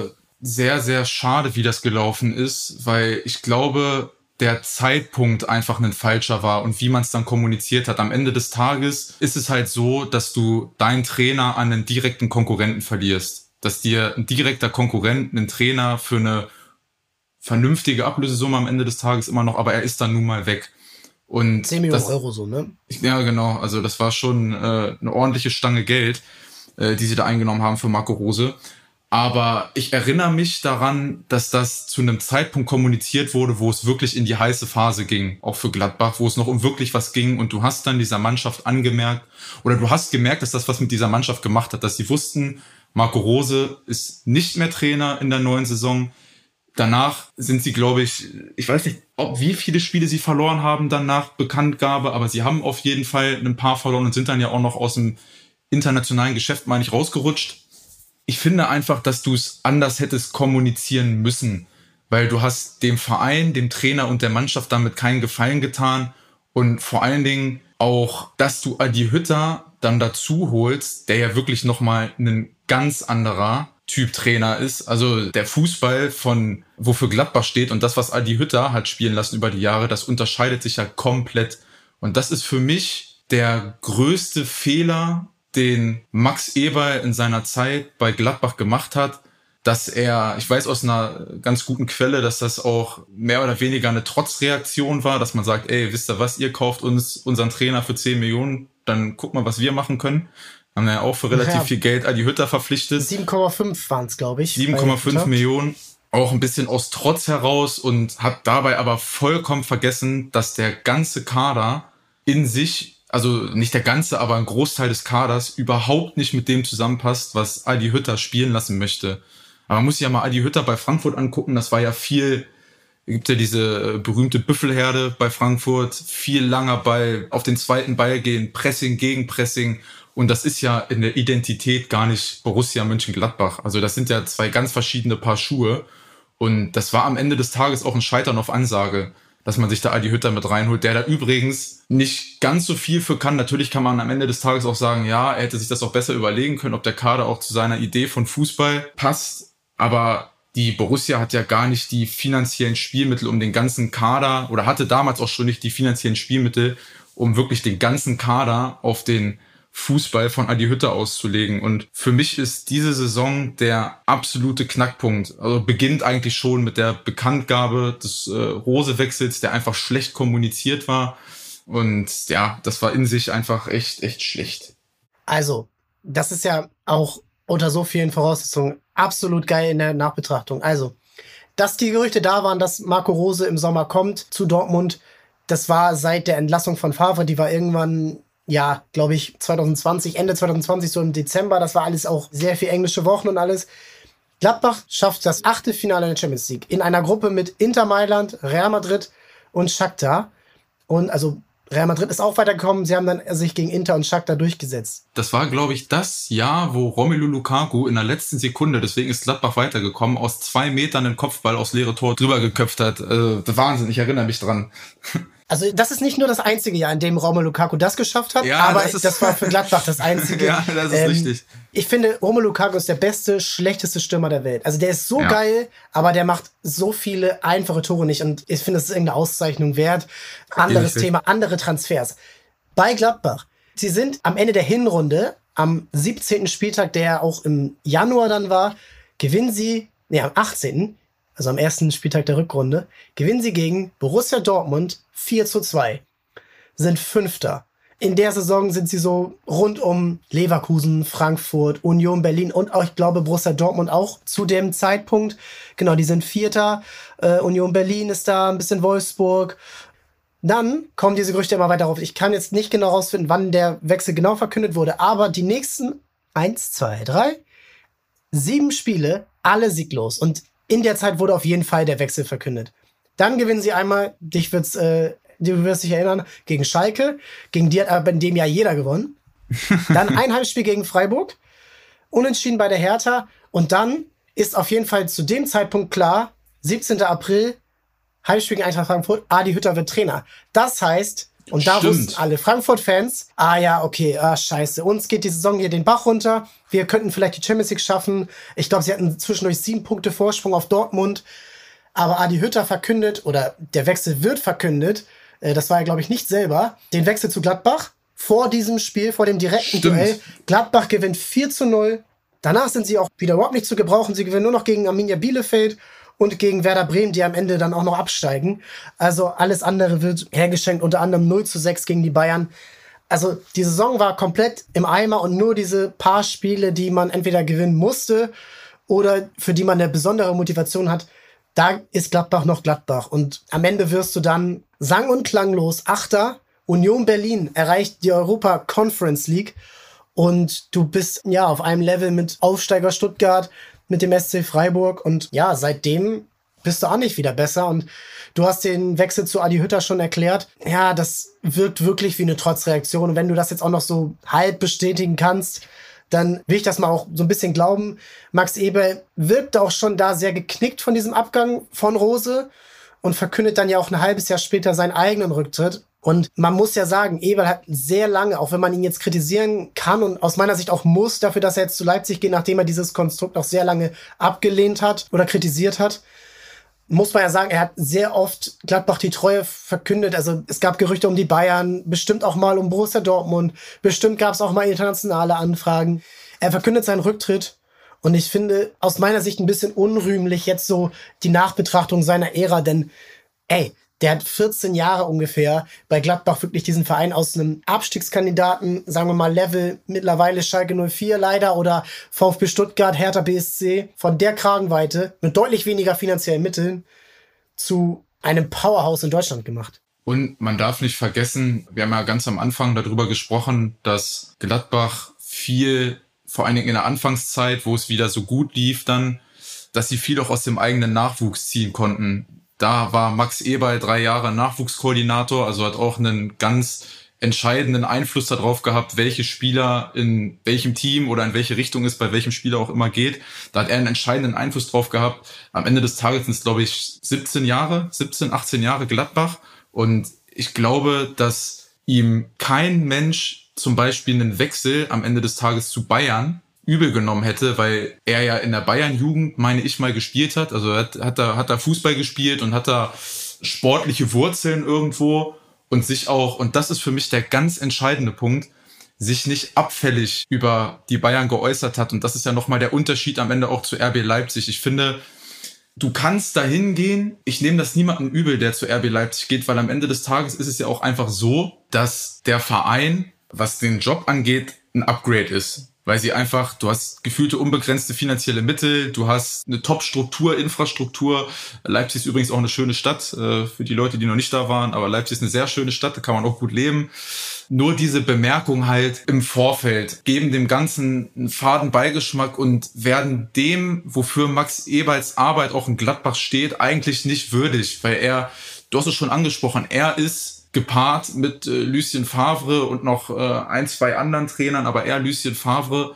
sehr, sehr schade, wie das gelaufen ist, weil ich glaube, der Zeitpunkt einfach ein falscher war und wie man es dann kommuniziert hat. Am Ende des Tages ist es halt so, dass du deinen Trainer an einen direkten Konkurrenten verlierst. Dass dir ein direkter Konkurrent einen Trainer für eine vernünftige Ablösesumme am Ende des Tages immer noch, aber er ist dann nun mal weg. Und 10 Millionen Euro so, ne? Ja, genau. Also das war schon eine ordentliche Stange Geld, die sie da eingenommen haben für Marco Rose. Aber ich erinnere mich daran, dass das zu einem Zeitpunkt kommuniziert wurde, wo es wirklich in die heiße Phase ging, auch für Gladbach, wo es noch um wirklich was ging. Und du hast dann dieser Mannschaft angemerkt, oder du hast gemerkt, dass das was mit dieser Mannschaft gemacht hat, dass sie wussten, Marco Rose ist nicht mehr Trainer in der neuen Saison. Danach sind sie, glaube ich weiß nicht, wie viele Spiele sie verloren haben dann nach Bekanntgabe, aber sie haben auf jeden Fall ein paar verloren und sind dann ja auch noch aus dem internationalen Geschäft, meine ich, rausgerutscht. Ich finde einfach, dass du es anders hättest kommunizieren müssen, weil du hast dem Verein, dem Trainer und der Mannschaft damit keinen Gefallen getan und vor allen Dingen auch, dass du Adi Hütter dann dazu holst, der ja wirklich nochmal ein ganz anderer Typ Trainer ist. Also der Fußball von wofür Gladbach steht und das, was Adi Hütter hat spielen lassen über die Jahre, das unterscheidet sich ja komplett. Und das ist für mich der größte Fehler, den Max Eberl in seiner Zeit bei Gladbach gemacht hat, dass er, ich weiß aus einer ganz guten Quelle, dass das auch mehr oder weniger eine Trotzreaktion war, dass man sagt, ey, wisst ihr was, ihr kauft uns unseren Trainer für 10 Millionen, dann guck mal, was wir machen können. Haben ja auch für relativ viel Geld Adi Hütter verpflichtet. 7,5 waren es, glaube ich. 7,5 Millionen. Auch ein bisschen aus Trotz heraus und hat dabei aber vollkommen vergessen, dass der ganze Kader in sich, also nicht der ganze, aber ein Großteil des Kaders überhaupt nicht mit dem zusammenpasst, was Adi Hütter spielen lassen möchte. Aber man muss sich ja mal Adi Hütter bei Frankfurt angucken, das war ja viel, gibt ja diese berühmte Büffelherde bei Frankfurt, viel langer Ball, auf den zweiten Ball gehen, Pressing, Gegenpressing. Und das ist ja in der Identität gar nicht Borussia Mönchengladbach. Also das sind ja zwei ganz verschiedene Paar Schuhe. Und das war am Ende des Tages auch ein Scheitern auf Ansage, dass man sich da Adi Hütter mit reinholt, der da übrigens nicht ganz so viel für kann. Natürlich kann man am Ende des Tages auch sagen, ja, er hätte sich das auch besser überlegen können, ob der Kader auch zu seiner Idee von Fußball passt. Aber die Borussia hat ja gar nicht die finanziellen Spielmittel, um den ganzen Kader, oder hatte damals auch schon nicht die finanziellen Spielmittel, um wirklich den ganzen Kader auf den Fußball von Adi Hütter auszulegen. Und für mich ist diese Saison der absolute Knackpunkt. Also beginnt eigentlich schon mit der Bekanntgabe des Rose-Wechsels, der einfach schlecht kommuniziert war. Und ja, das war in sich einfach echt schlecht. Also, das ist ja auch unter so vielen Voraussetzungen absolut geil in der Nachbetrachtung. Also, dass die Gerüchte da waren, dass Marco Rose im Sommer kommt zu Dortmund, das war seit der Entlassung von Favre, die war irgendwann, ja, glaube ich, Ende 2020, so im Dezember. Das war alles auch sehr viel englische Wochen und alles. Gladbach schafft das Achtelfinale in der Champions League in einer Gruppe mit Inter Mailand, Real Madrid und Shakhtar. Und also Real Madrid ist auch weitergekommen. Sie haben dann sich gegen Inter und Shakhtar durchgesetzt. Das war, glaube ich, das Jahr, wo Romelu Lukaku in der letzten Sekunde, deswegen ist Gladbach weitergekommen, aus 2 Metern den Kopfball aufs leere Tor drüber geköpft hat. Wahnsinn, ich erinnere mich dran. Also das ist nicht nur das einzige Jahr, in dem Romelu Lukaku das geschafft hat, ja, aber das war für Gladbach das einzige. Ja, das ist richtig. Ich finde, Romelu Lukaku ist der beste, schlechteste Stürmer der Welt. Also der ist so geil, aber der macht so viele einfache Tore nicht. Und ich finde, das ist irgendeine Auszeichnung wert. Anderes Thema, andere Transfers. Bei Gladbach, sie sind am Ende der Hinrunde, am 17. Spieltag, der auch im Januar dann war, gewinnen sie, am 18., also am ersten Spieltag der Rückrunde, gewinnen sie gegen Borussia Dortmund 4:2, sind Fünfter. In der Saison sind sie so rund um Leverkusen, Frankfurt, Union Berlin und auch, ich glaube, Borussia Dortmund auch zu dem Zeitpunkt. Genau, die sind Vierter. Union Berlin ist da, ein bisschen Wolfsburg. Dann kommen diese Gerüchte immer weiter auf. Ich kann jetzt nicht genau rausfinden, wann der Wechsel genau verkündet wurde, aber die nächsten 7 Spiele, alle sieglos. Und in der Zeit wurde auf jeden Fall der Wechsel verkündet. Dann gewinnen sie einmal, du wirst dich erinnern, gegen Schalke. Gegen die hat aber in dem Jahr jeder gewonnen. Dann ein Heimspiel gegen Freiburg. Unentschieden bei der Hertha. Und dann ist auf jeden Fall zu dem Zeitpunkt klar, 17. April, Heimspiel gegen Eintracht Frankfurt, Adi Hütter wird Trainer. Das heißt, und da wussten alle Frankfurt-Fans, scheiße, uns geht die Saison hier den Bach runter. Wir könnten vielleicht die Champions League schaffen. Ich glaube, sie hatten zwischendurch 7 Punkte Vorsprung auf Dortmund. Aber Adi Hütter verkündet, oder der Wechsel wird verkündet, das war er, glaube ich, nicht selber, den Wechsel zu Gladbach vor diesem Spiel, vor dem direkten Duell. Gladbach gewinnt 4:0. Danach sind sie auch wieder überhaupt nicht zu gebrauchen. Sie gewinnen nur noch gegen Arminia Bielefeld und gegen Werder Bremen, die am Ende dann auch noch absteigen. Also alles andere wird hergeschenkt, unter anderem 0:6 gegen die Bayern. Also die Saison war komplett im Eimer und nur diese paar Spiele, die man entweder gewinnen musste oder für die man eine besondere Motivation hat, da ist Gladbach noch Gladbach. Und am Ende wirst du dann sang- und klanglos Achter. Union Berlin erreicht die Europa Conference League und du bist ja auf einem Level mit Aufsteiger Stuttgart, mit dem SC Freiburg und ja, seitdem bist du auch nicht wieder besser und du hast den Wechsel zu Adi Hütter schon erklärt. Ja, das wirkt wirklich wie eine Trotzreaktion und wenn du das jetzt auch noch so halb bestätigen kannst, dann will ich das mal auch so ein bisschen glauben. Max Eberl wirkt auch schon da sehr geknickt von diesem Abgang von Rose und verkündet dann ja auch ein halbes Jahr später seinen eigenen Rücktritt. Und man muss ja sagen, Eberl hat sehr lange, auch wenn man ihn jetzt kritisieren kann und aus meiner Sicht auch muss, dafür, dass er jetzt zu Leipzig geht, nachdem er dieses Konstrukt auch sehr lange abgelehnt hat oder kritisiert hat, muss man ja sagen, er hat sehr oft Gladbach die Treue verkündet. Also es gab Gerüchte um die Bayern, bestimmt auch mal um Borussia Dortmund, bestimmt gab es auch mal internationale Anfragen. Er verkündet seinen Rücktritt und ich finde aus meiner Sicht ein bisschen unrühmlich jetzt so die Nachbetrachtung seiner Ära, denn der hat 14 Jahre ungefähr bei Gladbach wirklich diesen Verein aus einem Abstiegskandidaten, sagen wir mal Level mittlerweile Schalke 04 leider oder VfB Stuttgart, Hertha BSC, von der Kragenweite mit deutlich weniger finanziellen Mitteln zu einem Powerhouse in Deutschland gemacht. Und man darf nicht vergessen, wir haben ja ganz am Anfang darüber gesprochen, dass Gladbach viel, vor allen Dingen in der Anfangszeit, wo es wieder so gut lief dann, dass sie viel auch aus dem eigenen Nachwuchs ziehen konnten. Da war Max Eberl 3 Jahre Nachwuchskoordinator, also hat auch einen ganz entscheidenden Einfluss darauf gehabt, welche Spieler in welchem Team oder in welche Richtung es bei welchem Spieler auch immer geht. Da hat er einen entscheidenden Einfluss drauf gehabt. Am Ende des Tages sind es, glaube ich, 17, 18 Jahre Gladbach. Und ich glaube, dass ihm kein Mensch zum Beispiel einen Wechsel am Ende des Tages zu Bayern übel genommen hätte, weil er ja in der Bayern-Jugend, meine ich, mal gespielt hat. Also hat da Fußball gespielt und hat da sportliche Wurzeln irgendwo und sich auch, und das ist für mich der ganz entscheidende Punkt, sich nicht abfällig über die Bayern geäußert hat. Und das ist ja nochmal der Unterschied am Ende auch zu RB Leipzig. Ich finde, du kannst da hingehen. Ich nehme das niemandem übel, der zu RB Leipzig geht, weil am Ende des Tages ist es ja auch einfach so, dass der Verein, was den Job angeht, ein Upgrade ist. Weil sie einfach, du hast gefühlte unbegrenzte finanzielle Mittel, du hast eine Top-Struktur, Infrastruktur. Leipzig ist übrigens auch eine schöne Stadt, für die Leute, die noch nicht da waren, aber Leipzig ist eine sehr schöne Stadt, da kann man auch gut leben. Nur diese Bemerkung halt im Vorfeld geben dem Ganzen einen faden Beigeschmack und werden dem, wofür Max Eberls Arbeit auch in Gladbach steht, eigentlich nicht würdig, weil er, du hast es schon angesprochen, er ist gepaart mit Lucien Favre und noch 1, 2 anderen Trainern, aber Lucien Favre,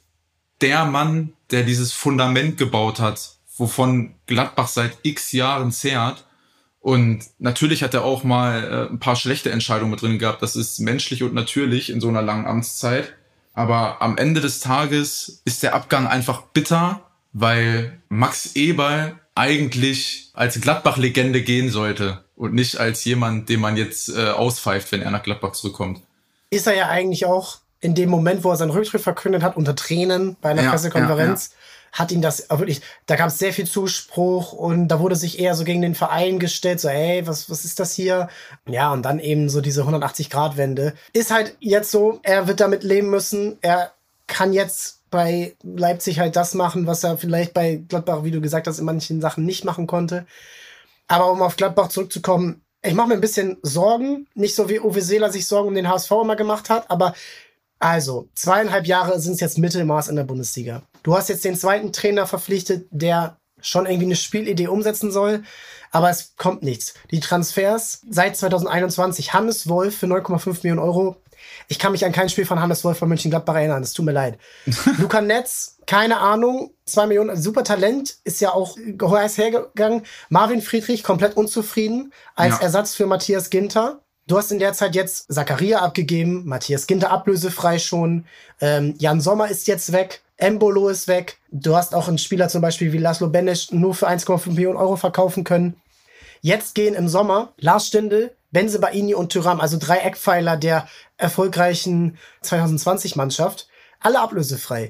der Mann, der dieses Fundament gebaut hat, wovon Gladbach seit x Jahren zehrt. Und natürlich hat er auch mal ein paar schlechte Entscheidungen mit drin gehabt. Das ist menschlich und natürlich in so einer langen Amtszeit. Aber am Ende des Tages ist der Abgang einfach bitter, weil Max Eberl eigentlich als Gladbach-Legende gehen sollte und nicht als jemand, den man jetzt auspfeift, wenn er nach Gladbach zurückkommt. Ist er ja eigentlich auch in dem Moment, wo er seinen Rücktritt verkündet hat, unter Tränen bei einer Pressekonferenz, hat ihn das wirklich, da gab es sehr viel Zuspruch und da wurde sich eher so gegen den Verein gestellt, so was ist das hier? Ja, und dann eben so diese 180-Grad-Wende. Ist halt jetzt so, er wird damit leben müssen, er kann jetzt bei Leipzig halt das machen, was er vielleicht bei Gladbach, wie du gesagt hast, in manchen Sachen nicht machen konnte. Aber um auf Gladbach zurückzukommen, ich mache mir ein bisschen Sorgen, nicht so wie Uwe Seeler sich Sorgen um den HSV immer gemacht hat, aber also 2,5 Jahre sind es jetzt Mittelmaß in der Bundesliga. Du hast jetzt den zweiten Trainer verpflichtet, der schon irgendwie eine Spielidee umsetzen soll, aber es kommt nichts. Die Transfers seit 2021, Hannes Wolf für 9,5 Millionen Euro. Ich kann mich an kein Spiel von Hannes Wolf von Mönchengladbach erinnern, es tut mir leid. Luca Netz, keine Ahnung, 2 Millionen, super Talent, ist ja auch heiß hergegangen. Marvin Friedrich, komplett unzufrieden, als Ersatz für Matthias Ginter. Du hast in der Zeit jetzt Zakaria abgegeben, Matthias Ginter ablösefrei schon, Jan Sommer ist jetzt weg, Embolo ist weg. Du hast auch einen Spieler zum Beispiel wie Laszlo Benesch nur für 1,5 Millionen Euro verkaufen können. Jetzt gehen im Sommer Lars Stindl, Bensebaini und Thuram, also 3 Eckpfeiler der erfolgreichen 2020-Mannschaft, alle ablösefrei.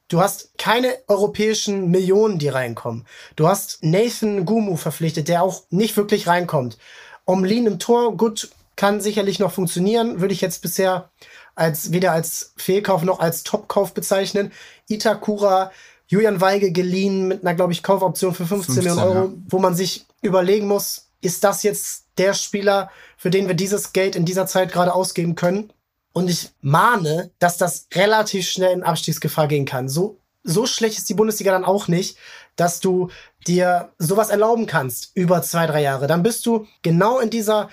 Du hast keine europäischen Millionen, die reinkommen. Du hast Nathan Gumu verpflichtet, der auch nicht wirklich reinkommt. Omlin im Tor, gut, kann sicherlich noch funktionieren, würde ich jetzt bisher weder als Fehlkauf noch als Topkauf bezeichnen. Itakura, Julian Weige geliehen mit einer, glaube ich, Kaufoption für 15 Millionen Euro, ja. Wo man sich überlegen muss, ist das jetzt der Spieler, für den wir dieses Geld in dieser Zeit gerade ausgeben können? Und ich mahne, dass das relativ schnell in Abstiegsgefahr gehen kann. So schlecht ist die Bundesliga dann auch nicht, dass du dir sowas erlauben kannst über 2-3 Jahre. Dann bist du genau in dieser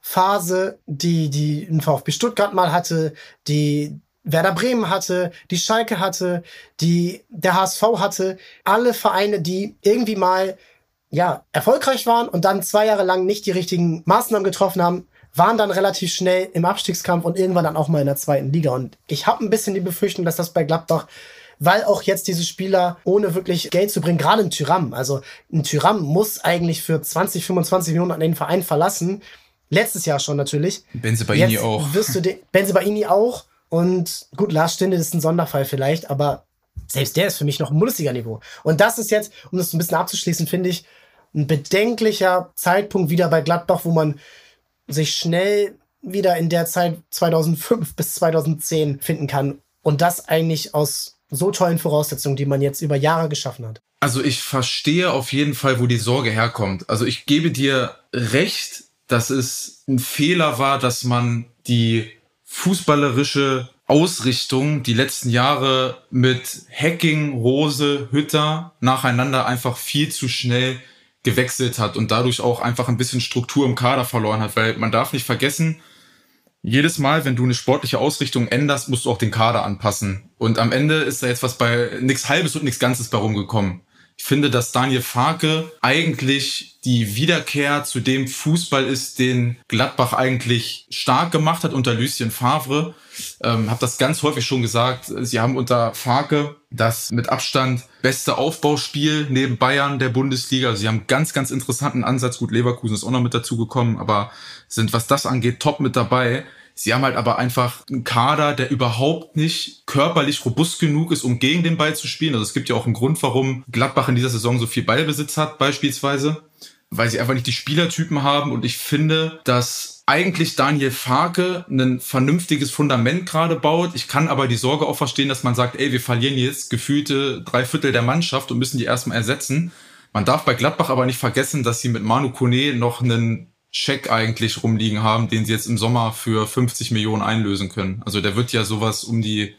Phase, die ein VfB Stuttgart mal hatte, die Werder Bremen hatte, die Schalke hatte, die der HSV hatte. Alle Vereine, die irgendwie mal erfolgreich waren und dann 2 Jahre lang nicht die richtigen Maßnahmen getroffen haben, waren dann relativ schnell im Abstiegskampf und irgendwann dann auch mal in der 2. Liga. Und ich habe ein bisschen die Befürchtung, dass das bei Gladbach, weil auch jetzt diese Spieler ohne wirklich Geld zu bringen, gerade ein Thuram, also ein Thuram muss eigentlich für 20, 25 Millionen an den Verein verlassen. Letztes Jahr schon natürlich. Bensebaini auch. Bensebaini auch. Und gut, Lars Stindl ist ein Sonderfall vielleicht, aber selbst der ist für mich noch im Bundesliga-Niveau. Und das ist jetzt, um das ein bisschen abzuschließen, finde ich, ein bedenklicher Zeitpunkt wieder bei Gladbach, wo man sich schnell wieder in der Zeit 2005 bis 2010 finden kann. Und das eigentlich aus so tollen Voraussetzungen, die man jetzt über Jahre geschaffen hat. Also ich verstehe auf jeden Fall, wo die Sorge herkommt. Also ich gebe dir recht, dass es ein Fehler war, dass man die fußballerische Ausrichtung die letzten Jahre mit Hacking, Rose, Hütter nacheinander einfach viel zu schnell gewechselt hat und dadurch auch einfach ein bisschen Struktur im Kader verloren hat, weil man darf nicht vergessen, jedes Mal, wenn du eine sportliche Ausrichtung änderst, musst du auch den Kader anpassen. Und am Ende ist da jetzt was bei nichts Halbes und nichts Ganzes bei rumgekommen. Ich finde, dass Daniel Farke eigentlich die Wiederkehr zu dem Fußball ist, den Gladbach eigentlich stark gemacht hat unter Lucien Favre. Habe das ganz häufig schon gesagt. Sie haben unter Farke das mit Abstand beste Aufbauspiel neben Bayern der Bundesliga. Also sie haben ganz, ganz interessanten Ansatz. Gut, Leverkusen ist auch noch mit dazu gekommen, aber sind, was das angeht, top mit dabei. Sie haben halt aber einfach einen Kader, der überhaupt nicht körperlich robust genug ist, um gegen den Ball zu spielen. Also es gibt ja auch einen Grund, warum Gladbach in dieser Saison so viel Ballbesitz hat, beispielsweise. Weil sie einfach nicht die Spielertypen haben. Und ich finde, dass eigentlich Daniel Farke ein vernünftiges Fundament gerade baut. Ich kann aber die Sorge auch verstehen, dass man sagt, wir verlieren jetzt gefühlte 3/4 der Mannschaft und müssen die erstmal ersetzen. Man darf bei Gladbach aber nicht vergessen, dass sie mit Manu Kone noch einen Scheck eigentlich rumliegen haben, den sie jetzt im Sommer für 50 Millionen einlösen können. Also der wird ja sowas um die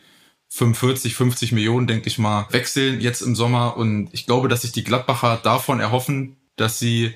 45, 50 Millionen, denke ich mal, wechseln jetzt im Sommer. Und ich glaube, dass sich die Gladbacher davon erhoffen, dass sie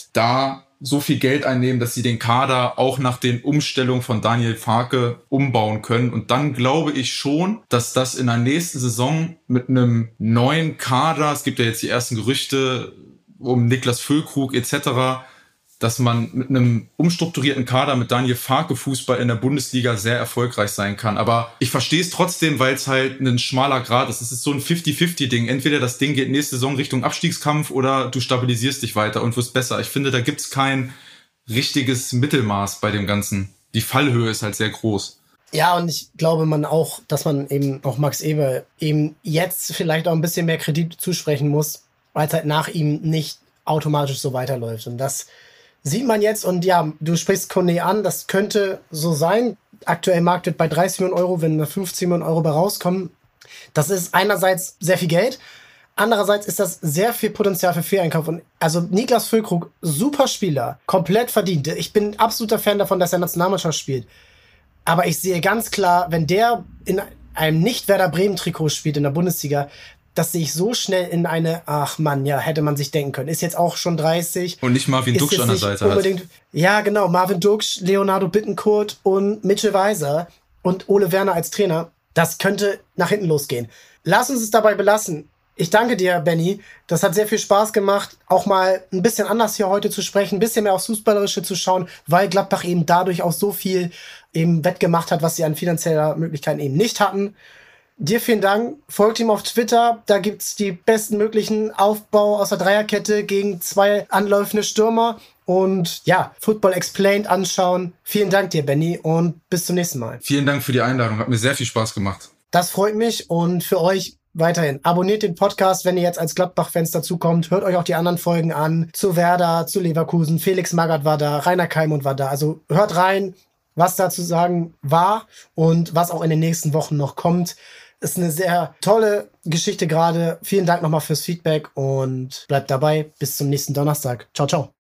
da so viel Geld einnehmen, dass sie den Kader auch nach den Umstellungen von Daniel Farke umbauen können. Und dann glaube ich schon, dass das in der nächsten Saison mit einem neuen Kader, es gibt ja jetzt die ersten Gerüchte um Niklas Füllkrug etc., dass man mit einem umstrukturierten Kader mit Daniel Farke Fußball in der Bundesliga sehr erfolgreich sein kann. Aber ich verstehe es trotzdem, weil es halt ein schmaler Grat ist. Es ist so ein 50-50-Ding. Entweder das Ding geht nächste Saison Richtung Abstiegskampf oder du stabilisierst dich weiter und wirst besser. Ich finde, da gibt's kein richtiges Mittelmaß bei dem Ganzen. Die Fallhöhe ist halt sehr groß. Ja, und ich glaube dass man eben auch Max Eberl eben jetzt vielleicht auch ein bisschen mehr Kredit zusprechen muss, weil es halt nach ihm nicht automatisch so weiterläuft. Und das sieht man jetzt, und ja, du sprichst Kone an, das könnte so sein. Aktuell Marktwert bei 30 Millionen Euro, wenn da 15 Millionen Euro bei rauskommen. Das ist einerseits sehr viel Geld, andererseits ist das sehr viel Potenzial für Fehleinkauf. Und also Niklas Füllkrug, super Spieler, komplett verdient. Ich bin absoluter Fan davon, dass er Nationalmannschaft spielt. Aber ich sehe ganz klar, wenn der in einem Nicht-Werder-Bremen-Trikot spielt in der Bundesliga, das sehe ich so schnell in eine, hätte man sich denken können. Ist jetzt auch schon 30. Und nicht Marvin Duksch an der Seite hat. Ja, genau. Marvin Duksch, Leonardo Bittencourt und Mitchell Weiser und Ole Werner als Trainer. Das könnte nach hinten losgehen. Lass uns es dabei belassen. Ich danke dir, Benny. Das hat sehr viel Spaß gemacht, auch mal ein bisschen anders hier heute zu sprechen, ein bisschen mehr aufs Fußballerische zu schauen, weil Gladbach eben dadurch auch so viel eben wettgemacht hat, was sie an finanzieller Möglichkeiten eben nicht hatten. Dir vielen Dank. Folgt ihm auf Twitter. Da gibt's die besten möglichen Aufbau aus der Dreierkette gegen 2 anläufende Stürmer. Und ja, Football Explained anschauen. Vielen Dank dir, Benny. Und bis zum nächsten Mal. Vielen Dank für die Einladung. Hat mir sehr viel Spaß gemacht. Das freut mich. Und für euch weiterhin abonniert den Podcast, wenn ihr jetzt als Gladbach-Fans dazukommt. Hört euch auch die anderen Folgen an. Zu Werder, zu Leverkusen. Felix Magath war da, Rainer Kallmund war da. Also hört rein, was da zu sagen war und was auch in den nächsten Wochen noch kommt. Ist eine sehr tolle Geschichte gerade. Vielen Dank nochmal fürs Feedback und bleibt dabei. Bis zum nächsten Donnerstag. Ciao, ciao.